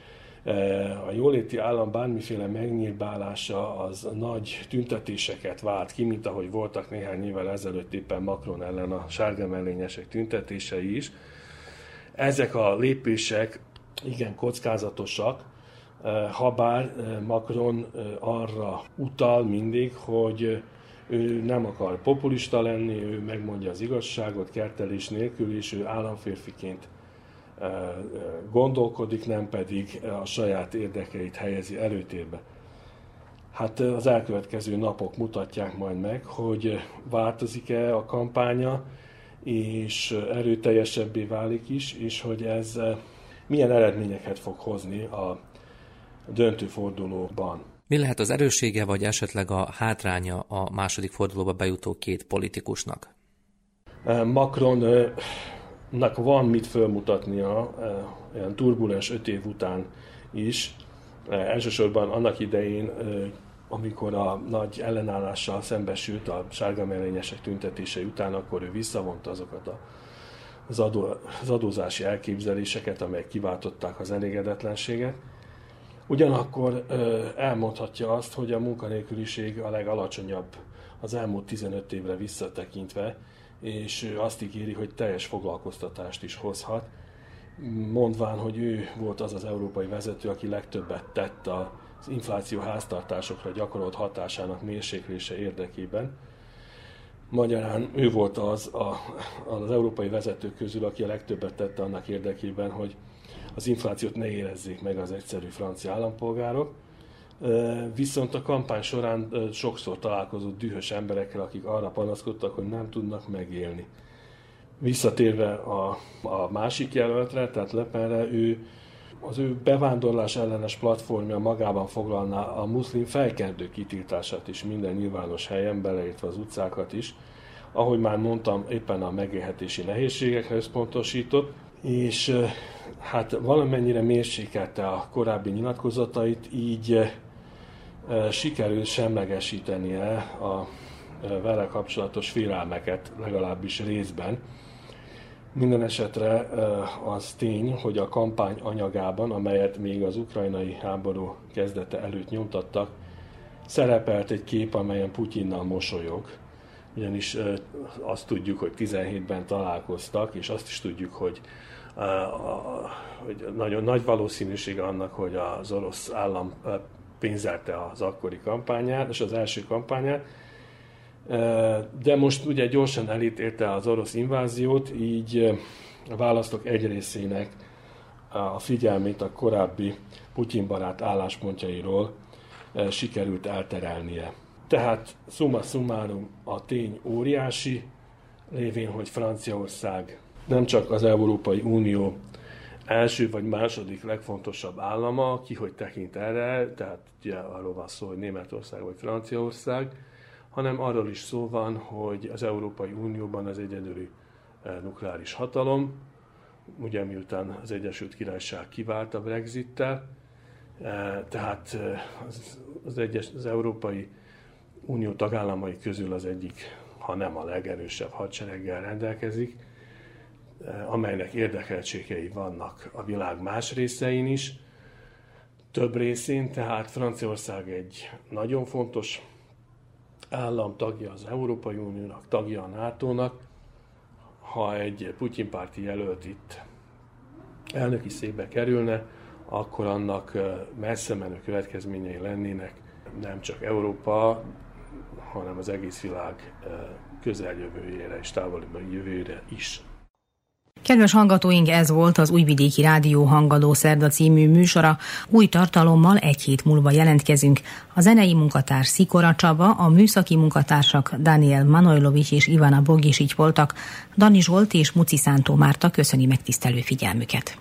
Speaker 6: a jóléti állam bármiféle megnyírbálása az nagy tüntetéseket vált ki, mint ahogy voltak néhány évvel ezelőtt éppen Macron ellen a sárga mellényesek tüntetései is. Ezek a lépések igen kockázatosak, habár Macron arra utal mindig, hogy ő nem akar populista lenni, ő megmondja az igazságot kertelés nélkül, és ő államférfiként gondolkodik, nem pedig a saját érdekeit helyezi előtérbe. Hát az elkövetkező napok mutatják majd meg, hogy változik-e a kampánya, és erőteljesebbé válik is, és hogy ez milyen eredményeket fog hozni a döntőfordulóban.
Speaker 2: Mi lehet az erőssége, vagy esetleg a hátránya a második fordulóba bejutó két politikusnak?
Speaker 6: Macronnak van mit fölmutatnia olyan turbulens 5 év után is. Elsősorban annak idején, amikor a nagy ellenállással szembesült a sárga mellényesek tüntetései után, akkor ő visszavonta azokat az adózási elképzeléseket, amelyek kiváltották az elégedetlenséget. Ugyanakkor elmondhatja azt, hogy a munkanélküliség a legalacsonyabb az elmúlt 15 évre visszatekintve, és ő azt ígéri, hogy teljes foglalkoztatást is hozhat, mondván, hogy ő volt az az európai vezető, aki legtöbbet tett az infláció háztartásokra gyakorolt hatásának mérséklése érdekében. Magyarán ő volt az európai vezetők közül, aki a legtöbbet tette annak érdekében, hogy az inflációt ne érezzék meg az egyszerű francia állampolgárok. Viszont a kampány során sokszor találkozott dühös emberekkel, akik arra panaszkodtak, hogy nem tudnak megélni. Visszatérve a másik jelöltre, tehát Le Penre, az ő bevándorlás ellenes platformja magában foglalná a muszlim fejkendő kitiltását is minden nyilvános helyen, beleértve az utcákat is. Ahogy már mondtam, éppen a megélhetési nehézségekre összpontosított, és hát valamennyire mérsékelte a korábbi nyilatkozatait, így sikerült semlegesítenie a vele kapcsolatos félelmeket, legalábbis részben. Minden esetre az tény, hogy a kampány anyagában, amelyet még az ukrajnai háború kezdete előtt nyomtattak, szerepelt egy kép, amelyen Putyinnal mosolyog. Ugyanis azt tudjuk, hogy 17-ben találkoztak, és azt is tudjuk, hogy nagyon nagy valószínűsége annak, hogy az orosz állam pénzelte az akkori kampányát, és az első kampányát. De most ugye gyorsan elítélte az orosz inváziót, így a választók egy részének a figyelmét a korábbi Putyin-barát álláspontjairól sikerült elterelnie. Tehát summa summarum a tény óriási, lévén, hogy Franciaország nem csak az Európai Unió első vagy második legfontosabb állama, ki hogy tekint erre, tehát ugye arról van szó, hogy Németország vagy Franciaország, hanem arról is szó van, hogy az Európai Unióban az egyedüli nukleáris hatalom, ugye miután az Egyesült Királyság kivált a Brexittel, Tehát az Európai Unió tagállamai közül az egyik, ha nem a legerősebb hadsereggel rendelkezik, amelynek érdekeltségei vannak a világ más részein is, több részén, tehát Franciaország egy nagyon fontos állam, tagja az Európai Uniónak, tagja a NATO-nak. Ha egy Putyin-párti jelölt itt elnöki székbe kerülne, akkor annak messze menő következményei lennének nem csak Európa, hanem az egész világ közeljövőjére és távoli jövőjére is.
Speaker 7: Kedves hallgatóink, ez volt az Újvidéki Rádió Hangadó Szerda című műsora. Új tartalommal egy hét múlva jelentkezünk. A zenei munkatárs Szikora Csaba, a műszaki munkatársak Daniel Manojlovics és Ivana Bogisics voltak. Dani Zsolt és Muci Szántó Márta köszöni megtisztelő figyelmüket.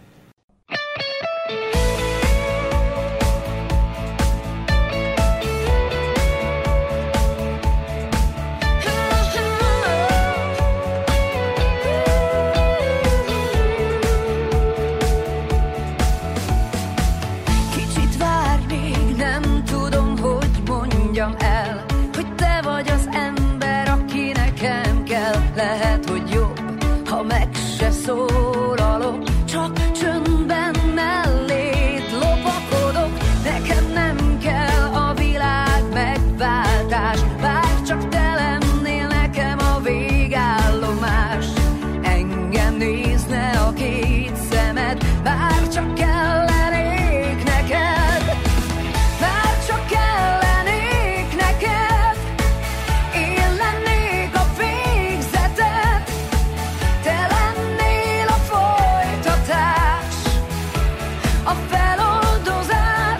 Speaker 8: Lehet, hogy jobb, ha meg se szólalok, csak csöndben mellét lopakodok. Nekem nem kell a világ megváltás, bár csak te lennél nekem a végállomás. Engem nézne a két szemed, bár csak kellenék neked, bár csak kellenék neked. Én lennék a te lennél a folytatás, a feloldozás.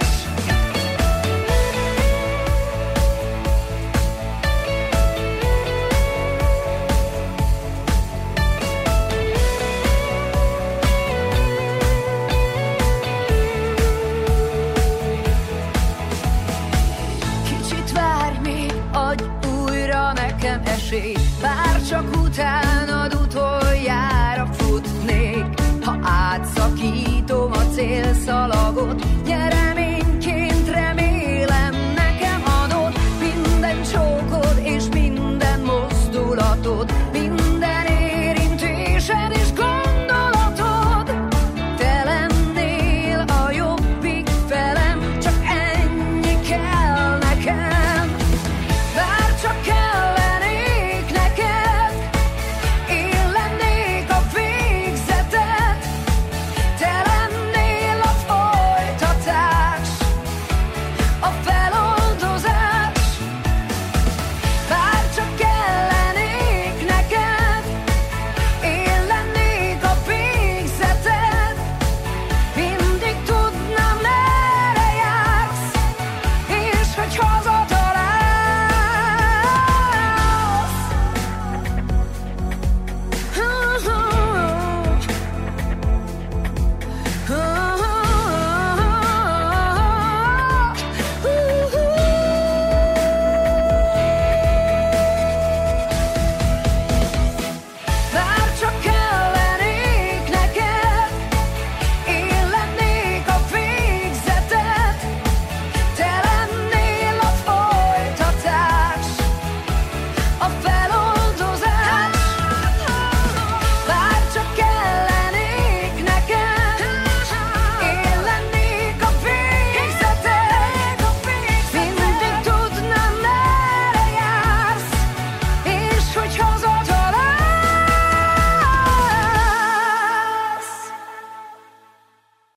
Speaker 8: Kicsit várj még, adj újra nekem esélyt, bár csak utánad utoljára futnék. Ha átszakítom a célszalagot, gyere